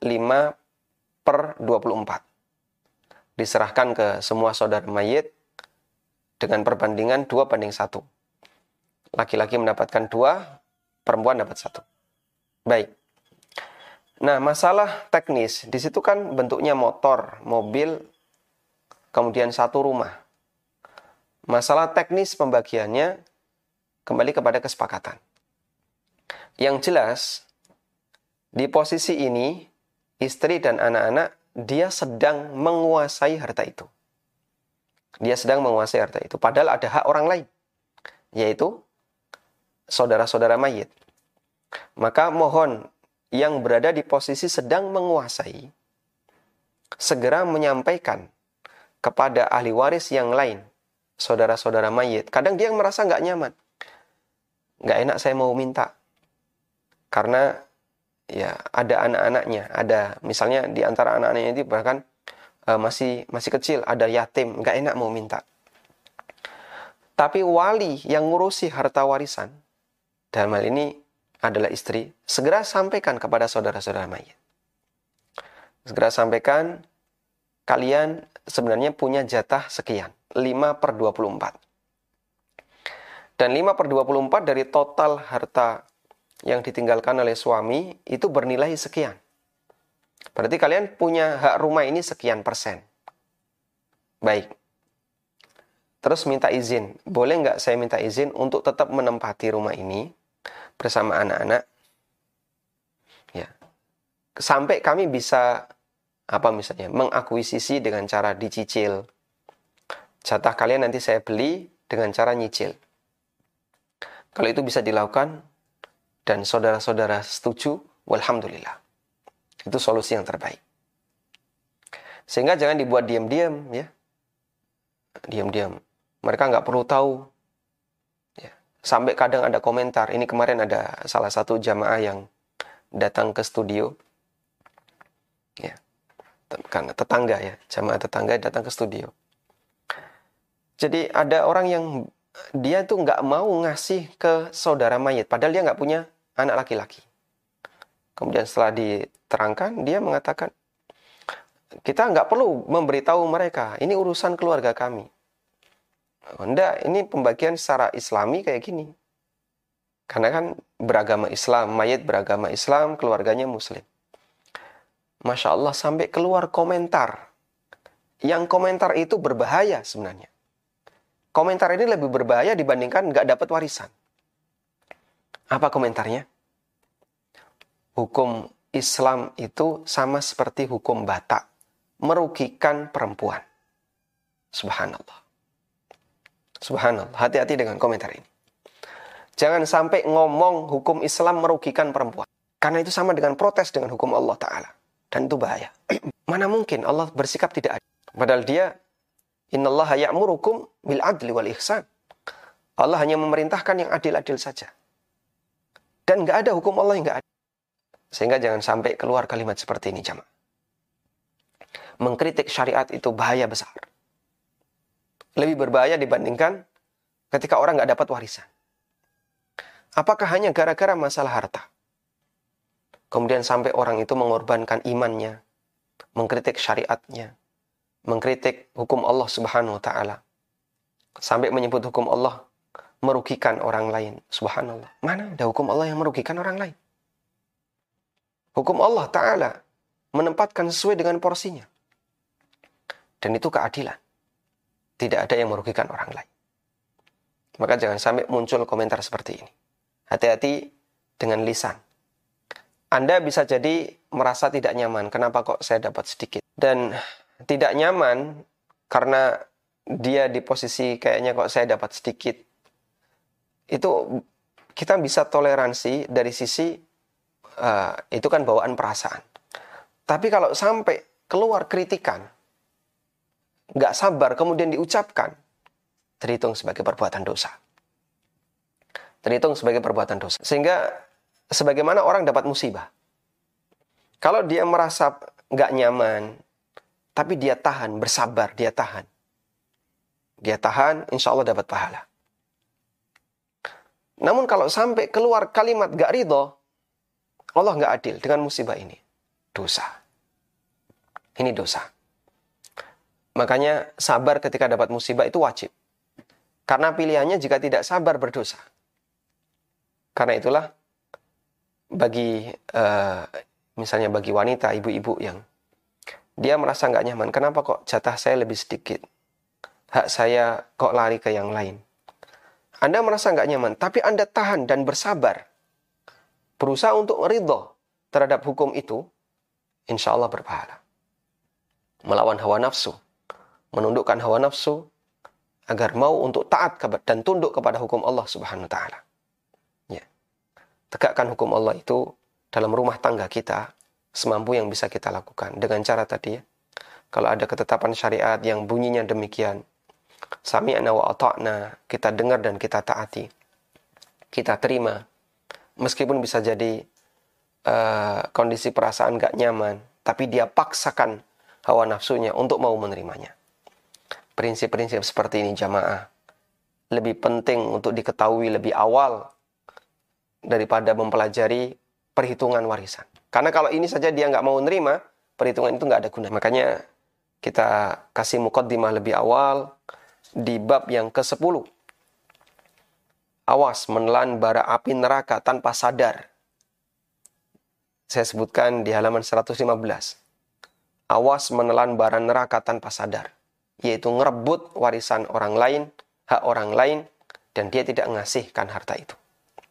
5/24. Diserahkan ke semua saudara mayit dengan perbandingan 2/1. Laki-laki mendapatkan 2, perempuan dapat 1. Baik. Nah, masalah teknis, di situ kan bentuknya motor, mobil, kemudian satu rumah. Masalah teknis pembagiannya kembali kepada kesepakatan. Yang jelas, di posisi ini, istri dan anak-anak, dia sedang menguasai harta itu. Dia sedang menguasai harta itu. Padahal ada hak orang lain, yaitu saudara-saudara mayit. Maka mohon yang berada di posisi sedang menguasai segera menyampaikan kepada ahli waris yang lain, saudara-saudara mayit. Kadang dia merasa nggak nyaman, nggak enak saya mau minta, karena ya ada anak-anaknya, ada misalnya di antara anak-anaknya itu bahkan masih kecil, ada yatim, nggak enak mau minta. Tapi wali yang ngurusi harta warisan, dalam hal ini adalah istri, segera sampaikan kepada saudara-saudara mayit. Segera sampaikan, kalian sebenarnya punya jatah sekian, 5/24. Dan 5/24 dari total harta yang ditinggalkan oleh suami itu bernilai sekian. Berarti kalian punya hak rumah ini sekian persen. Baik. Terus minta izin. Boleh nggak saya minta izin untuk tetap menempati rumah ini bersama anak-anak? Ya. Sampai kami bisa misalnya mengakuisisi dengan cara dicicil. Jatah kalian nanti saya beli dengan cara nyicil. Kalau itu bisa dilakukan dan saudara-saudara setuju, walhamdulillah. Itu solusi yang terbaik. Sehingga jangan dibuat diam-diam, ya. Diam-diam. Mereka nggak perlu tahu. Ya. Sampai kadang ada komentar. Ini kemarin ada salah satu jamaah yang datang ke studio. Ya. Karena tetangga ya, jamaah tetangga datang ke studio. Jadi ada orang yang dia tuh nggak mau ngasih ke saudara mayit, padahal dia nggak punya anak laki-laki. Kemudian setelah diterangkan, dia mengatakan, kita nggak perlu memberitahu mereka, ini urusan keluarga kami. Enggak, ini pembagian secara islami kayak gini. Karena kan beragama Islam, mayit beragama Islam, keluarganya muslim. Masya Allah, sampai keluar komentar. Yang komentar itu berbahaya sebenarnya. Komentar ini lebih berbahaya dibandingkan nggak dapat warisan. Apa komentarnya? Hukum Islam itu sama seperti hukum Batak. Merugikan perempuan. Subhanallah. Subhanallah. Hati-hati dengan komentar ini. Jangan sampai ngomong hukum Islam merugikan perempuan. Karena itu sama dengan protes dengan hukum Allah Ta'ala. Dan itu bahaya. Mana mungkin Allah bersikap tidak adil. Padahal dia, innallaha ya'murukum bil adli wal ihsan. Allah hanya memerintahkan yang adil-adil saja. Dan nggak ada hukum Allah yang nggak adil. Sehingga jangan sampai keluar kalimat seperti ini, jamaah. Mengkritik syariat itu bahaya besar. Lebih berbahaya dibandingkan ketika orang nggak dapat warisan. Apakah hanya gara-gara masalah harta? Kemudian sampai orang itu mengorbankan imannya, mengkritik syariatnya, mengkritik hukum Allah Subhanahu wa Ta'ala, sampai menyebut hukum Allah merugikan orang lain. Subhanallah. Mana ada hukum Allah yang merugikan orang lain? Hukum Allah Ta'ala menempatkan sesuai dengan porsinya. Dan itu keadilan. Tidak ada yang merugikan orang lain. Maka jangan sampai muncul komentar seperti ini. Hati-hati dengan lisan. Anda bisa jadi merasa tidak nyaman. Kenapa kok saya dapat sedikit? Dan tidak nyaman karena dia di posisi kayaknya kok saya dapat sedikit. Itu kita bisa toleransi dari sisi itu kan bawaan perasaan. Tapi kalau sampai keluar kritikan, nggak sabar kemudian diucapkan, terhitung sebagai perbuatan dosa. Terhitung sebagai perbuatan dosa. Sehingga sebagaimana orang dapat musibah. Kalau dia merasa nggak nyaman, tapi dia tahan, bersabar, dia tahan. Dia tahan, insya Allah dapat pahala. Namun kalau sampai keluar kalimat nggak ridho, Allah nggak adil dengan musibah ini. Dosa. Ini dosa. Makanya sabar ketika dapat musibah itu wajib. Karena pilihannya jika tidak sabar berdosa. Karena itulah bagi misalnya bagi wanita, ibu-ibu yang dia merasa nggak nyaman, kenapa kok jatah saya lebih sedikit, hak saya kok lari ke yang lain. Anda merasa nggak nyaman, tapi Anda tahan dan bersabar, berusaha untuk ridho terhadap hukum itu, insya Allah berpahala. Melawan hawa nafsu, menundukkan hawa nafsu agar mau untuk taat dan tunduk kepada hukum Allah Subhanahu wa Ta'ala. Tegakkan hukum Allah itu dalam rumah tangga kita semampu yang bisa kita lakukan. Dengan cara tadi, kalau ada ketetapan syariat yang bunyinya demikian, sami'na wa ata'na, kita dengar dan kita taati. Kita terima. Meskipun bisa jadi kondisi perasaan gak nyaman, tapi dia paksakan hawa nafsunya untuk mau menerimanya. Prinsip-prinsip seperti ini jamaah lebih penting untuk diketahui lebih awal daripada mempelajari perhitungan warisan. Karena kalau ini saja dia nggak mau nerima, perhitungan itu nggak ada guna. Makanya kita kasih muqaddimah lebih awal di bab yang ke-10. Awas menelan bara api neraka tanpa sadar. Saya sebutkan di halaman 115. Awas menelan bara neraka tanpa sadar. Yaitu ngerebut warisan orang lain, hak orang lain, dan dia tidak ngasihkan harta itu.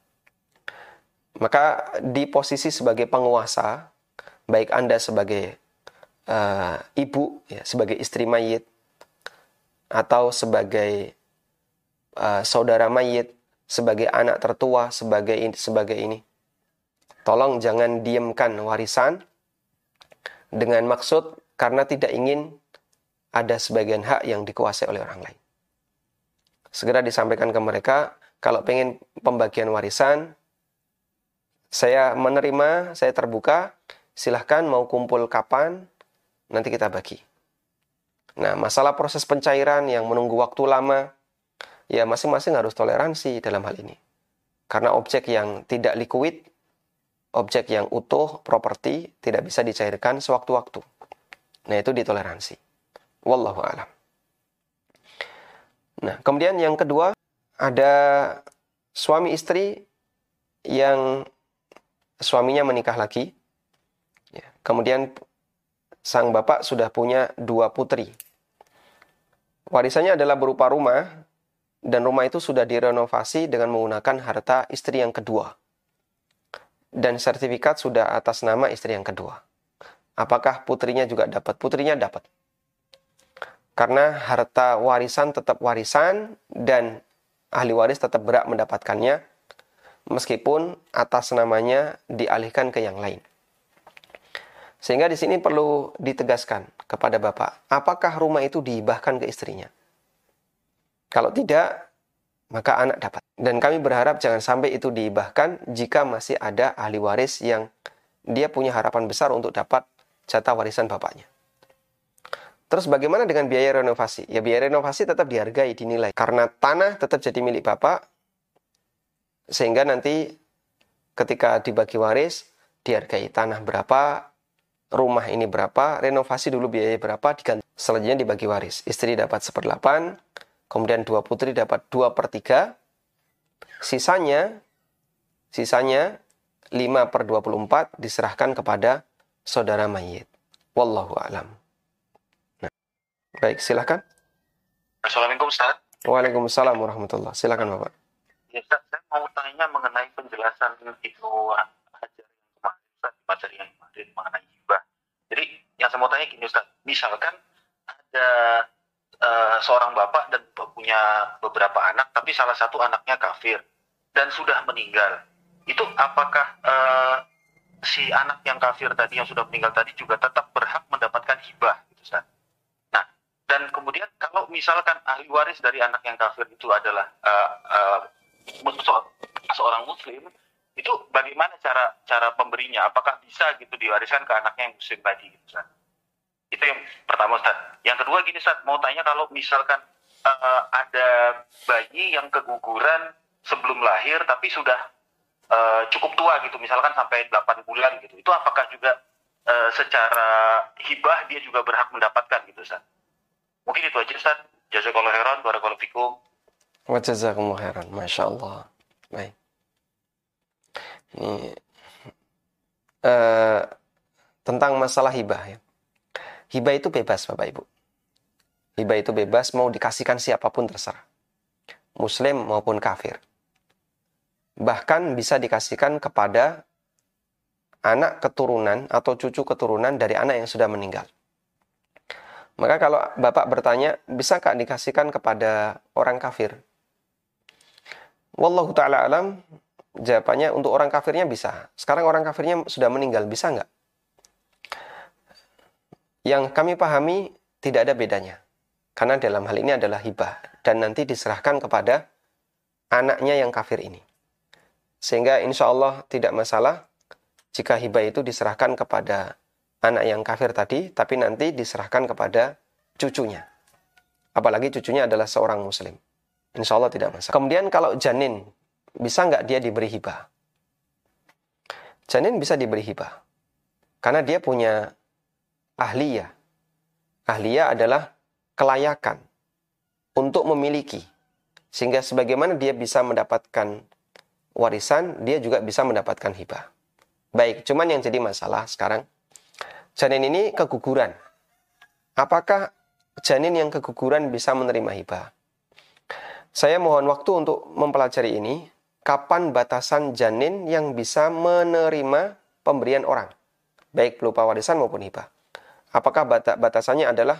Maka di posisi sebagai penguasa, baik Anda sebagai ibu, ya, sebagai istri mayit, atau sebagai saudara mayit, sebagai anak tertua, sebagai ini. Tolong jangan diamkan warisan dengan maksud karena tidak ingin ada sebagian hak yang dikuasai oleh orang lain. Segera disampaikan ke mereka, kalau pengen pembagian warisan, saya menerima, saya terbuka, silahkan mau kumpul kapan, nanti kita bagi. Nah, masalah proses pencairan yang menunggu waktu lama, ya masing-masing harus toleransi dalam hal ini. Karena objek yang tidak liquid, objek yang utuh, properti, tidak bisa dicairkan sewaktu-waktu. Nah, itu ditoleransi. Wallahu a'lam. Nah, kemudian yang kedua, ada suami istri yang suaminya menikah lagi. Ya, kemudian sang bapak sudah punya 2 putri. Warisannya adalah berupa rumah, dan rumah itu sudah direnovasi dengan menggunakan harta istri yang kedua. Dan sertifikat sudah atas nama istri yang kedua. Apakah putrinya juga dapat? Putrinya dapat. Karena harta warisan tetap warisan, dan ahli waris tetap berhak mendapatkannya, meskipun atas namanya dialihkan ke yang lain. Sehingga di sini perlu ditegaskan kepada bapak, apakah rumah itu dihibahkan ke istrinya? Kalau tidak, maka anak dapat. Dan kami berharap jangan sampai itu dihibahkan jika masih ada ahli waris yang dia punya harapan besar untuk dapat jatah warisan bapaknya. Terus bagaimana dengan biaya renovasi? Ya, biaya renovasi tetap dihargai, dinilai. Karena tanah tetap jadi milik bapak, sehingga nanti ketika dibagi waris, dihargai tanah berapa, rumah ini berapa, renovasi dulu biaya berapa, diganti. Selanjutnya dibagi waris. Istri dapat 1/8, kemudian 2 putri dapat 2/3, sisanya 5/24 diserahkan kepada saudara mayit. Wallahu a'lam. Nah, baik, silakan. Assalamualaikum Ustaz. Waalaikumsalam warahmatullah. Silakan Bapak. Ya Ustaz, saya mau tanya mengenai penjelasan Ibnu Hajar yang kemarin, Ustaz, materi yang kemarin mengenai hibah. Jadi yang saya mau tanya gini Ustaz, misalkan ada seorang bapak dan punya beberapa anak, tapi salah satu anaknya kafir dan sudah meninggal. Itu apakah si anak yang kafir tadi, yang sudah meninggal tadi, juga tetap berhak mendapatkan hibah, gitu Ustaz? Nah, dan kemudian kalau misalkan ahli waris dari anak yang kafir itu adalah seorang muslim, itu bagaimana cara pemberinya? Apakah bisa gitu diwariskan ke anaknya yang muslim tadi, gitu Ustaz? Itu yang pertama Ustaz. Yang kedua gini Ustaz, mau tanya kalau misalkan ada bayi yang keguguran sebelum lahir tapi sudah cukup tua gitu, misalkan sampai 8 bulan gitu, itu apakah juga secara hibah dia juga berhak mendapatkan gitu Ustaz? Mungkin itu aja Ustaz. Jazakallahu khairan, barakallahu fikum. Wa jazakumullahu khairan. Masya Allah. Baik. Ini tentang masalah hibah ya. Hibah itu bebas Bapak Ibu. Hibah itu bebas, mau dikasihkan siapapun terserah. Muslim maupun kafir. Bahkan bisa dikasihkan kepada anak keturunan atau cucu keturunan dari anak yang sudah meninggal. Maka kalau Bapak bertanya, bisakah dikasihkan kepada orang kafir? Wallahu ta'ala alam, jawabannya untuk orang kafirnya bisa. Sekarang orang kafirnya sudah meninggal, bisa nggak? Yang kami pahami tidak ada bedanya. Karena dalam hal ini adalah hibah. Dan nanti diserahkan kepada anaknya yang kafir ini. Sehingga insya Allah tidak masalah jika hibah itu diserahkan kepada anak yang kafir tadi, tapi nanti diserahkan kepada cucunya. Apalagi cucunya adalah seorang muslim. Insya Allah tidak masalah. Kemudian kalau janin, bisa nggak dia diberi hibah? Janin bisa diberi hibah. Karena dia punya ahliyah. Ahliyah adalah kelayakan untuk memiliki. Sehingga sebagaimana dia bisa mendapatkan warisan, dia juga bisa mendapatkan hibah. Baik, cuman yang jadi masalah sekarang, janin ini keguguran. Apakah janin yang keguguran bisa menerima hibah? Saya mohon waktu untuk mempelajari ini, kapan batasan janin yang bisa menerima pemberian orang, baik berupa warisan maupun hibah. Apakah batasannya adalah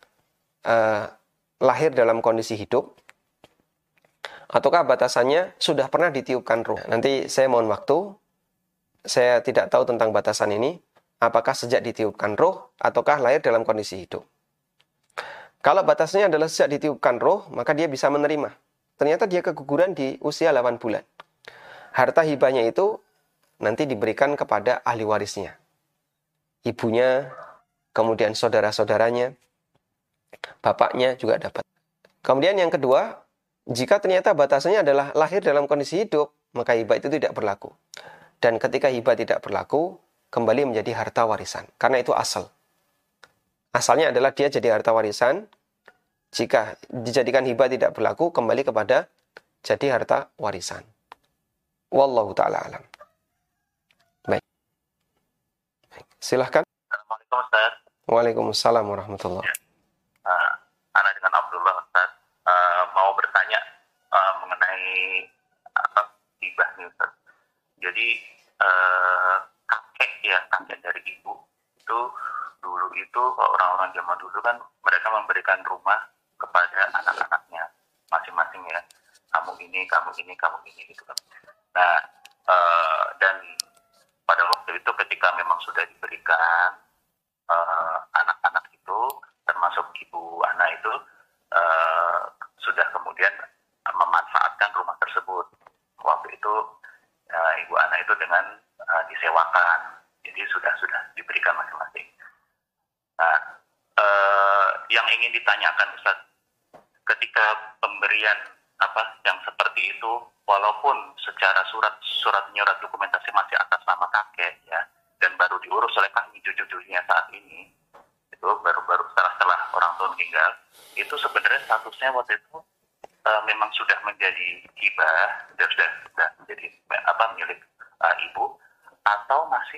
lahir dalam kondisi hidup, ataukah batasannya sudah pernah ditiupkan ruh? Nanti saya mohon waktu, saya tidak tahu tentang batasan ini, apakah sejak ditiupkan ruh, ataukah lahir dalam kondisi hidup. Kalau batasnya adalah sejak ditiupkan ruh, maka dia bisa menerima. Ternyata dia keguguran di usia 8 bulan. Harta hibahnya itu nanti diberikan kepada ahli warisnya. Ibunya, kemudian saudara-saudaranya, bapaknya juga dapat. Kemudian yang kedua, jika ternyata batasannya adalah lahir dalam kondisi hidup, maka hibah itu tidak berlaku. Dan ketika hibah tidak berlaku, kembali menjadi harta warisan. Karena itu asal. Asalnya adalah dia jadi harta warisan, Jika dijadikan hibah tidak berlaku, kembali kepada jadi harta warisan. Wallahu ta'ala alam. Baik. Silahkan. Assalamualaikum Ustaz. Waalaikumsalam warahmatullahi wabarakatuh. Ana dengan Abdullah Ustaz. Mau bertanya mengenai hibah nih Ustaz. Jadi kakek dari ibu itu dulu itu orang-orang zaman dulu kan mereka memberikan rumah kepada anak-anaknya masing-masing ya. Kamu ini gitu kan. Nah, dan pada waktu itu ketika memang sudah diberikan anak-anak itu termasuk ibu anak itu sudah kemudian memanfaatkan rumah tersebut. Waktu itu ibu anak itu dengan disewakan, jadi sudah diberikan masing-masing. Nah, yang ingin ditanyakan Ustaz, ketika pemberian yang seperti itu, walaupun secara surat menyurat dokumentasi masih atas nama kakek ya, dan baru diurus oleh kami cucu-cucunya saat ini, itu baru setelah orang tua meninggal, itu sebenarnya statusnya waktu itu memang sudah menjadi hibah, sudah menjadi milik ibu, atau masih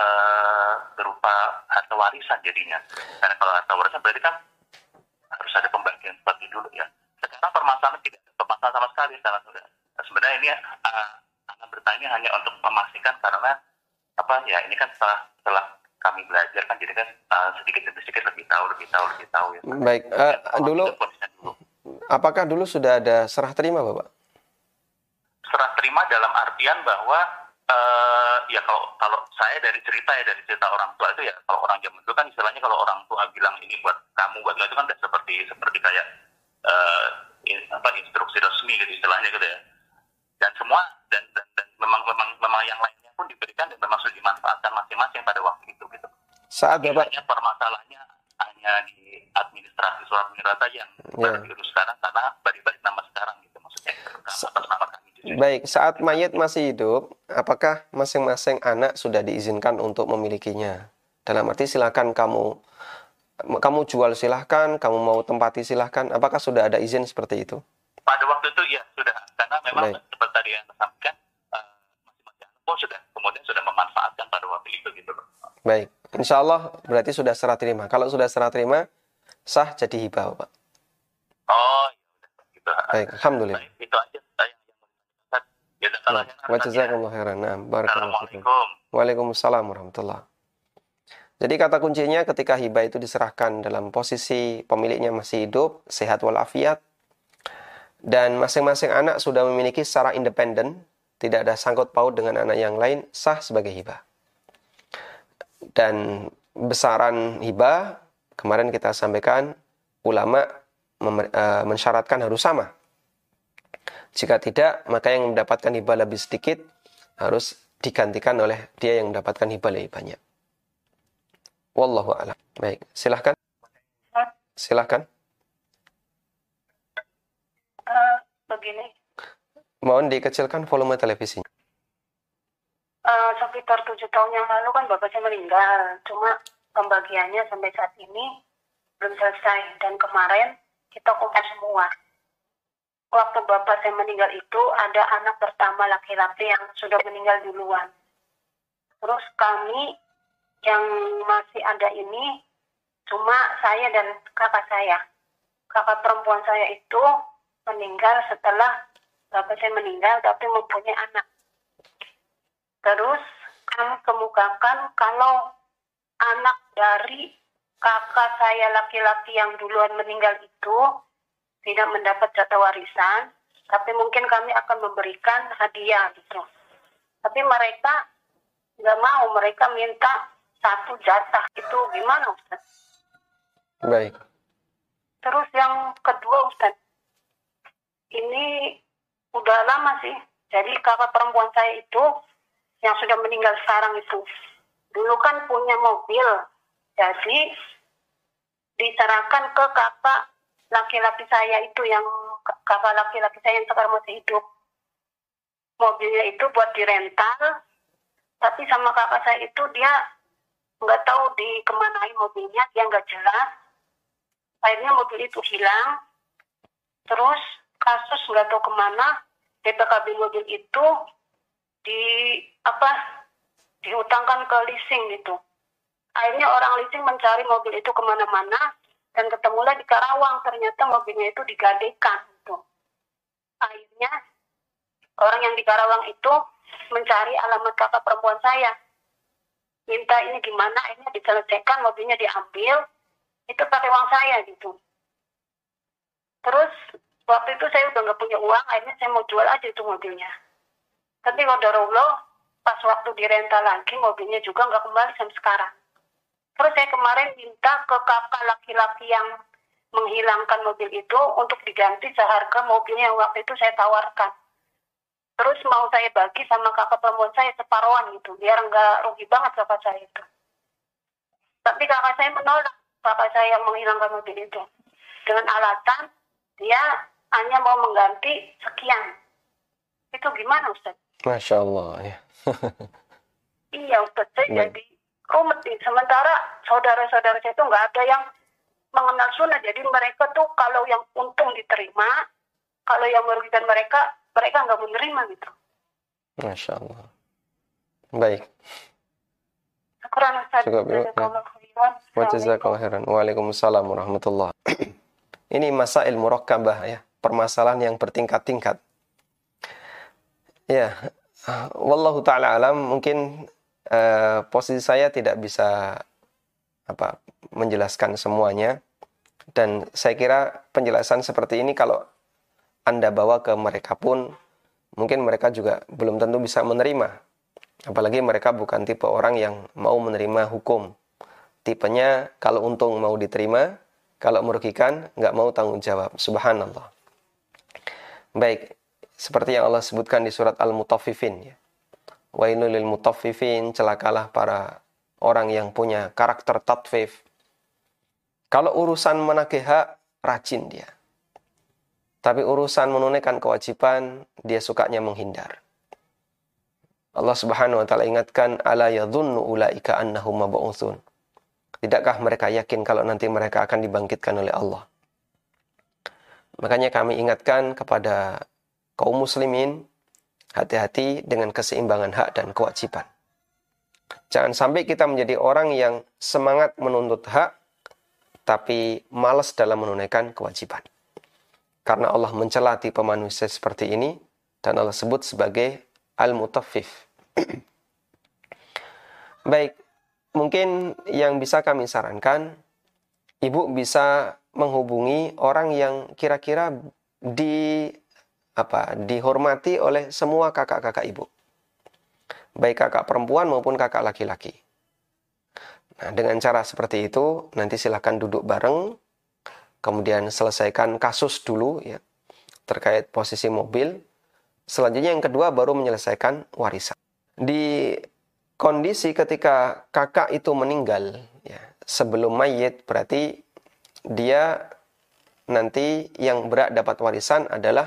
berupa harta warisan jadinya. Karena kalau harta warisan berarti kan harus ada pembagian seperti dulu ya. Sekarang permasalahan tidak ada permasalahan sama sekali sekarang sudah. Sebenarnya ini akan bertanya hanya untuk memastikan karena ini kan setelah kami belajar kan jadi kan sedikit demi sedikit lebih tahu ya. Baik, dulu apakah dulu sudah ada serah terima Bapak? Serah terima dalam artian bahwa ya kalau saya dari cerita orang tua itu ya, kalau orang zaman dulu kan istilahnya kalau orang tua bilang ini buat kamu buat itu kan udah seperti kayak instruksi resmi gitu istilahnya gitu ya. Dan semua dan memang yang lainnya pun diberikan dan memang sudah dimanfaatkan masing-masing pada waktu itu gitu. Saat Bapak permasalahannya hanya di administrasi surat menyurat saja yang baru diurus sekarang karena balik nama sekarang gitu maksudnya atas nama kami. Baik, saat mayat masih hidup, apakah masing-masing anak sudah diizinkan untuk memilikinya? Dalam arti silakan kamu jual silahkan, kamu mau tempati silahkan. Apakah sudah ada izin seperti itu? Pada waktu itu ya sudah, karena memang seperti tadi yang disampaikan masing-masing anak pun sudah memanfaatkan pada waktu itu gitu. Baik, insya Allah berarti sudah serah terima. Kalau sudah serah terima, sah jadi hibah Pak. Oh, ya gitu. Baik, alhamdulillah. Baik, itu aja saya yang wa jazakumullahu khairan. Assalamualaikum. Waalaikumsalam warahmatullahi. Jadi kata kuncinya ketika hibah itu diserahkan dalam posisi pemiliknya masih hidup, sehat walafiat, dan masing-masing anak sudah memiliki secara independen, tidak ada sangkut paut dengan anak yang lain, sah sebagai hibah. Dan besaran hibah, kemarin kita sampaikan, ulama mensyaratkan harus sama. Jika tidak, maka yang mendapatkan hibah lebih sedikit harus digantikan oleh dia yang mendapatkan hibah lebih banyak. Wallahu a'lam. Baik, silahkan. Silahkan. Begini. Mohon dikecilkan volume televisinya. Sekitar 7 tahun yang lalu kan bapak saya meninggal. Cuma pembagiannya sampai saat ini belum selesai. Dan kemarin kita kumpul semua. Waktu bapak saya meninggal itu ada anak pertama laki-laki yang sudah meninggal duluan. Terus kami yang masih ada ini cuma saya dan kakak saya. Kakak perempuan saya itu meninggal setelah bapak saya meninggal tapi mempunyai anak. Terus kami kemukakan kalau anak dari kakak saya laki-laki yang duluan meninggal itu tidak mendapat jatah warisan, tapi mungkin kami akan memberikan hadiah gitu. Tapi mereka nggak mau, mereka minta satu jatah. Itu gimana Ustaz? Baik. Terus yang kedua Ustaz, ini udah lama sih. Jadi kakak perempuan saya itu yang sudah meninggal sekarang itu dulu kan punya mobil, jadi diserahkan ke kakak laki-laki saya itu yang kakak laki-laki saya yang sekarang masih hidup. Mobilnya itu buat dirental, tapi sama kakak saya itu dia nggak tahu dikemanain mobilnya, dia nggak jelas. Akhirnya mobil itu hilang. Terus kasus nggak tahu kemana, DPKB mobil itu di diutangkan ke leasing gitu. Akhirnya orang leasing mencari mobil itu kemana-mana dan ketemulah di Karawang. Ternyata mobilnya itu digadekan gitu. Akhirnya orang yang di Karawang itu mencari alamat kakak perempuan saya. Minta ini gimana, akhirnya diselesaikan, mobilnya diambil, itu pakai uang saya gitu. Terus waktu itu saya udah nggak punya uang, akhirnya saya mau jual aja itu mobilnya. Tapi qadarullah, pas waktu dirental lagi, mobilnya juga nggak kembali sampai sekarang. Terus saya kemarin minta ke kakak laki-laki yang menghilangkan mobil itu untuk diganti seharga mobilnya yang waktu itu saya tawarkan. Terus mau saya bagi sama kakak perempuan saya separuhan gitu, biar nggak rugi banget kakak saya itu. Tapi kakak saya menolak, kakak saya yang menghilangkan mobil itu. Dengan alasan dia hanya mau mengganti sekian. Itu gimana Ustaz? Masya Allah ya. Iya Ustaz, saya jadi rumit nih. Sementara saudara-saudara saya itu nggak ada yang mengenal sunnah. Jadi mereka tuh kalau yang untung diterima, kalau yang merugikan mereka nggak menerima gitu. Masya Allah. Baik. Syukuran Ustaz. Cukup ya. Jazakallahu khairan. Waalaikumsalam warahmatullah. Ini masail murakkabah ya, permasalahan yang bertingkat-tingkat. Ya, wallahu taala alam, mungkin posisi saya tidak bisa menjelaskan semuanya, dan saya kira penjelasan seperti ini kalau Anda bawa ke mereka pun mungkin mereka juga belum tentu bisa menerima, apalagi mereka bukan tipe orang yang mau menerima hukum. Tipenya kalau untung mau diterima, kalau merugikan nggak mau tanggung jawab. Subhanallah. Baik, seperti yang Allah sebutkan di surat Al-Mutaffifin ya. Wailul lil mutaffifin, celakalah para orang yang punya karakter tatfif. Kalau urusan menagih hak, rajin dia. Tapi urusan menunaikan kewajiban, dia sukanya menghindar. Allah Subhanahu wa taala ingatkan, ala yadhunnu ulaika annahum mab'utsun. Tidakkah mereka yakin kalau nanti mereka akan dibangkitkan oleh Allah? Makanya kami ingatkan kepada kaum muslimin, hati-hati dengan keseimbangan hak dan kewajiban. Jangan sampai kita menjadi orang yang semangat menuntut hak, tapi malas dalam menunaikan kewajiban. Karena Allah mencela tipe manusia seperti ini, dan Allah sebut sebagai al-mutaffif. Baik, mungkin yang bisa kami sarankan, ibu bisa menghubungi orang yang kira-kira dihormati oleh semua kakak-kakak ibu. Baik kakak perempuan maupun kakak laki-laki. Nah, dengan cara seperti itu, nanti silakan duduk bareng, kemudian selesaikan kasus dulu ya, terkait posisi mobil. Selanjutnya yang kedua baru menyelesaikan warisan. Di kondisi ketika kakak itu meninggal ya, sebelum mayit, berarti dia nanti yang berhak dapat warisan adalah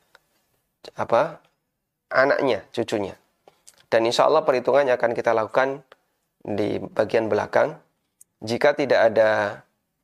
anaknya, cucunya. Dan insya Allah perhitungannya akan kita lakukan di bagian belakang. Jika tidak ada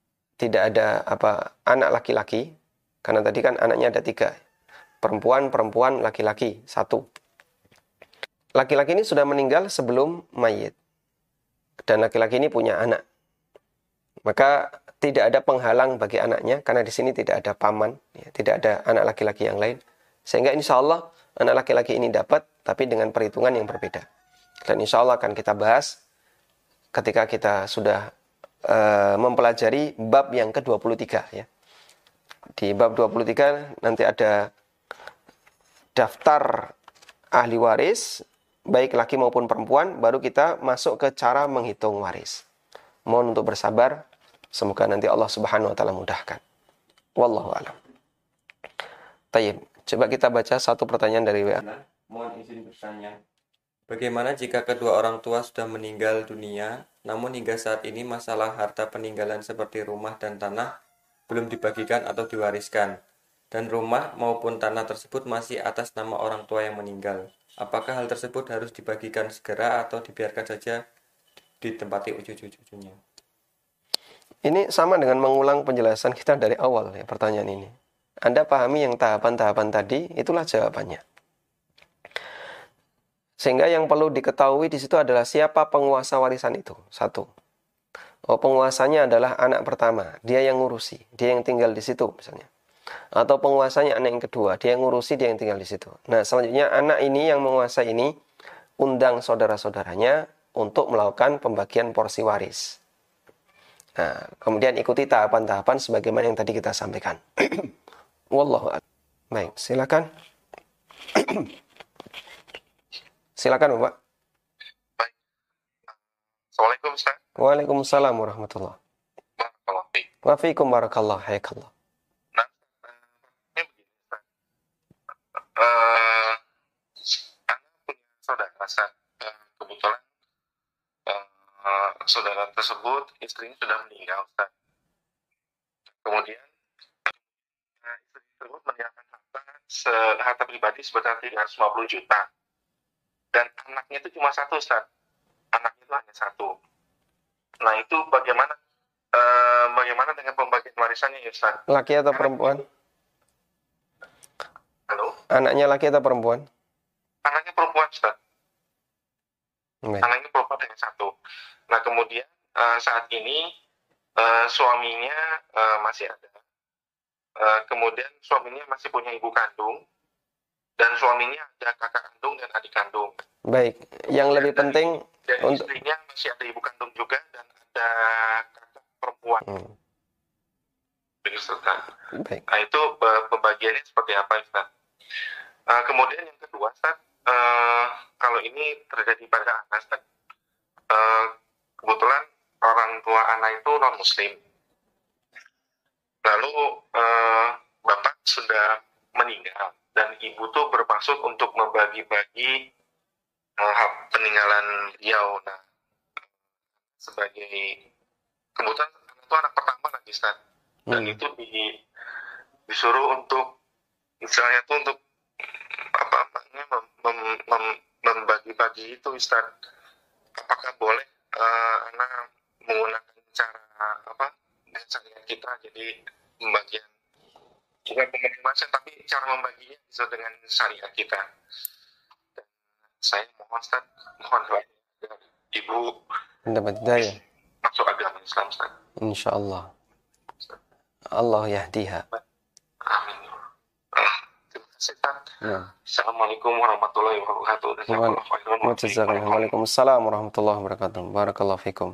anak laki-laki, karena tadi kan anaknya ada 3, perempuan, laki-laki 1. Laki-laki ini sudah meninggal sebelum mayit, dan laki-laki ini punya anak, maka tidak ada penghalang bagi anaknya, karena di sini tidak ada paman, ya, tidak ada anak laki-laki yang lain, sehingga insya Allah anak laki-laki ini dapat, tapi dengan perhitungan yang berbeda. Dan insya Allah akan kita bahas ketika kita sudah mempelajari bab yang ke-23 ya. Di bab 23 nanti ada daftar ahli waris, baik laki maupun perempuan, baru kita masuk ke cara menghitung waris. Mohon untuk bersabar, semoga nanti Allah Subhanahu wa taala mudahkan. Wallahu a'lam. Tayyib, coba kita baca satu pertanyaan dari WA. Mohon izin bertanya. Bagaimana jika kedua orang tua sudah meninggal dunia, namun hingga saat ini masalah harta peninggalan seperti rumah dan tanah belum dibagikan atau diwariskan, dan rumah maupun tanah tersebut masih atas nama orang tua yang meninggal? Apakah hal tersebut harus dibagikan segera atau dibiarkan saja ditempati cucu-cucunya? Ini sama dengan mengulang penjelasan kita dari awal ya, pertanyaan ini. Anda pahami yang tahapan-tahapan tadi, itulah jawabannya. Sehingga yang perlu diketahui di situ adalah siapa penguasa warisan itu. Satu. Oh, penguasanya adalah anak pertama, dia yang ngurusi, dia yang tinggal di situ misalnya. Atau penguasanya anak yang kedua, dia yang ngurusi, dia yang tinggal di situ. Nah, selanjutnya anak ini yang menguasai ini undang saudara-saudaranya untuk melakukan pembagian porsi waris. Nah, kemudian ikuti tahapan-tahapan sebagaimana yang tadi kita sampaikan. Wallahu a'lam. Baik, silakan. Silakan, Bapak. Baik. Assalamualaikum, Ustaz. Waalaikumsalam warahmatullahi Barakallahu wa fiikum barakallah hayakallah. Nah, ini begini, Ustaz. Anak punya saudara, Ustaz. Kebetulan saudara tersebut istrinya sudah meninggal, Ustaz. Kemudian istri tersebut meninggalkan harta pribadi sebesar 350 juta. Dan anaknya itu cuma satu, Ustaz. Anaknya itu hanya satu. Nah, itu bagaimana dengan pembagian warisannya, ya, Ustaz? Laki atau perempuan? Halo? Anaknya laki atau perempuan? Anaknya perempuan, Ustaz. Baik. Anaknya perempuan hanya satu. Nah, kemudian saat ini suaminya masih ada. Kemudian suaminya masih punya ibu kandung. Dan suaminya ada kakak kandung dan adik kandung. Baik, yang lebih penting dan untuk istrinya masih ada ibu kandung juga dan ada kakak perempuan. Begitu, Ustaz. Baik. Nah, itu pembagiannya seperti apa, Ustaz? Kemudian yang kedua, Ustaz, kalau ini terjadi pada anak, Ustaz, kebetulan orang tua anak itu non-muslim. Lalu bapak sudah meninggal dan ibu tuh bermaksud untuk membagi-bagi hak peninggalan beliau. Nah, sebagai kebetulan itu anak pertama lagi, Ustaz, dan itu disuruh untuk misalnya tuh untuk membagi-bagi itu, Ustaz. Apakah boleh anak menggunakan cara syariat kita, jadi pembagian bukan pembagian, tapi cara membaginya bisa dengan syariat kita. Dan saya mohon, Ustaz, mohon doa agar ibu mendapat hidayah masuk agama Islam, Ustaz. insyaallah. Allah yahdiha. Amin. Terima kasih, Ustaz. Nah. Assalamualaikum warahmatullahi wabarakatuh. Waalaikumsalam warahmatullahi wabarakatuh. Barakallahu fikum.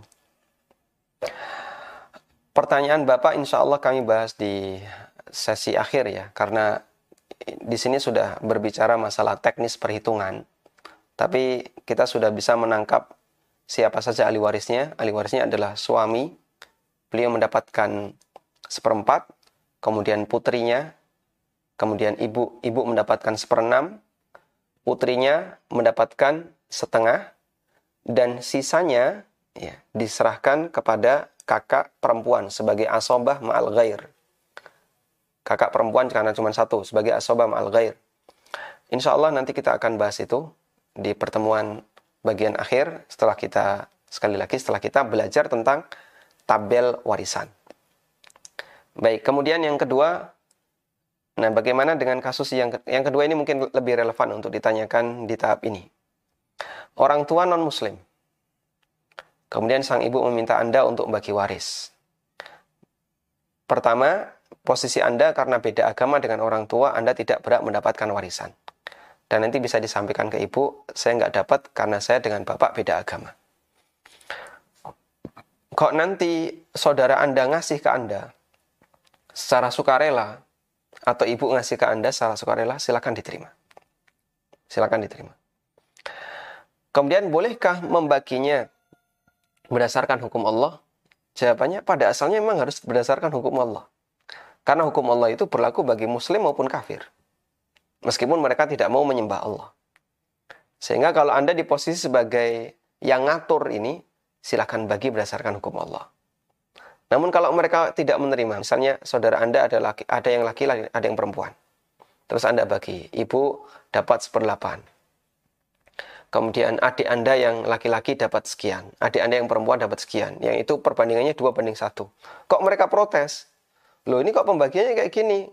Pertanyaan Bapak insya Allah kami bahas di sesi akhir ya, karena di sini sudah berbicara masalah teknis perhitungan, tapi kita sudah bisa menangkap siapa saja ahli warisnya. Ahli warisnya adalah suami, beliau mendapatkan 1/4, kemudian putrinya, kemudian ibu mendapatkan 1/6, putrinya mendapatkan 1/2, dan sisanya ya, diserahkan kepada kakak perempuan sebagai asobah ma'al ghair. Kakak perempuan karena cuma satu sebagai asobah ma'al ghair. Insya Allah nanti kita akan bahas itu di pertemuan bagian akhir setelah kita belajar tentang tabel warisan. Baik, kemudian yang kedua, nah bagaimana dengan kasus yang kedua ini mungkin lebih relevan untuk ditanyakan di tahap ini. Orang tua non-muslim. Kemudian sang ibu meminta Anda untuk bagi waris. Pertama, posisi Anda karena beda agama dengan orang tua, Anda tidak berhak mendapatkan warisan. Dan nanti bisa disampaikan ke ibu, saya nggak dapat karena saya dengan bapak beda agama. Kok nanti saudara Anda ngasih ke Anda secara sukarela, atau ibu ngasih ke Anda secara sukarela, silakan diterima. Silakan diterima. Kemudian bolehkah membaginya berdasarkan hukum Allah? Jawabannya pada asalnya memang harus berdasarkan hukum Allah. Karena hukum Allah itu berlaku bagi muslim maupun kafir. Meskipun mereka tidak mau menyembah Allah. Sehingga kalau Anda di posisi sebagai yang ngatur ini, silakan bagi berdasarkan hukum Allah. Namun kalau mereka tidak menerima, misalnya saudara Anda ada yang laki-laki, ada yang perempuan. Terus Anda bagi, ibu dapat 1/8. Kemudian adik Anda yang laki-laki dapat sekian, adik Anda yang perempuan dapat sekian. Yang itu perbandingannya 2:1. Kok mereka protes? Loh ini kok pembagiannya kayak gini?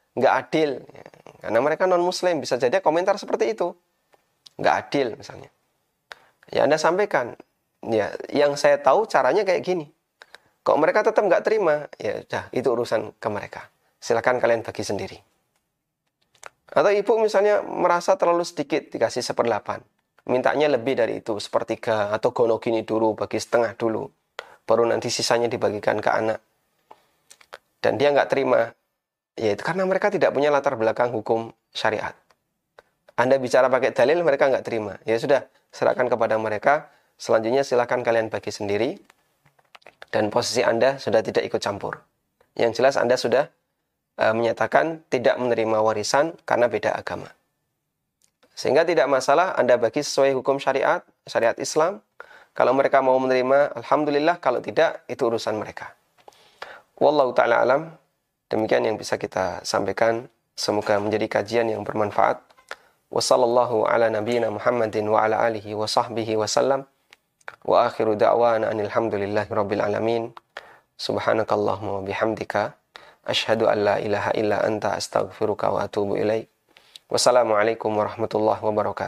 nggak adil. Ya, karena mereka non-muslim, bisa jadi komentar seperti itu. Nggak adil misalnya. Ya Anda sampaikan, ya yang saya tahu caranya kayak gini. Kok mereka tetap nggak terima, ya udah itu urusan ke mereka. Silakan kalian bagi sendiri. Atau ibu misalnya merasa terlalu sedikit dikasih 1/8. Mintanya lebih dari itu, 1/3 atau gono gini dulu, bagi setengah dulu. Baru nanti sisanya dibagikan ke anak. Dan dia nggak terima, yaitu karena mereka tidak punya latar belakang hukum syariat. Anda bicara pakai dalil, mereka nggak terima. Ya sudah, serahkan kepada mereka. Selanjutnya silakan kalian bagi sendiri. Dan posisi Anda sudah tidak ikut campur. Yang jelas Anda sudah menyatakan tidak menerima warisan karena beda agama. Sehingga tidak masalah Anda bagi sesuai hukum syariat Islam. Kalau mereka mau menerima, alhamdulillah. Kalau tidak, itu urusan mereka. Wallahu ta'ala alam. Demikian yang bisa kita sampaikan. Semoga menjadi kajian yang bermanfaat. Wassallallahu ala nabiyyina Muhammadin wa ala alihi wa sahbihi wa sallam. Wa akhiru da'wana anilhamdulillahi rabbil alamin. Subhanakallahumma wa bihamdika. Asyhadu an la ilaha illa anta astaghfiruka wa atubu ilaik. Wassalamualaikum warahmatullahi wabarakatuh.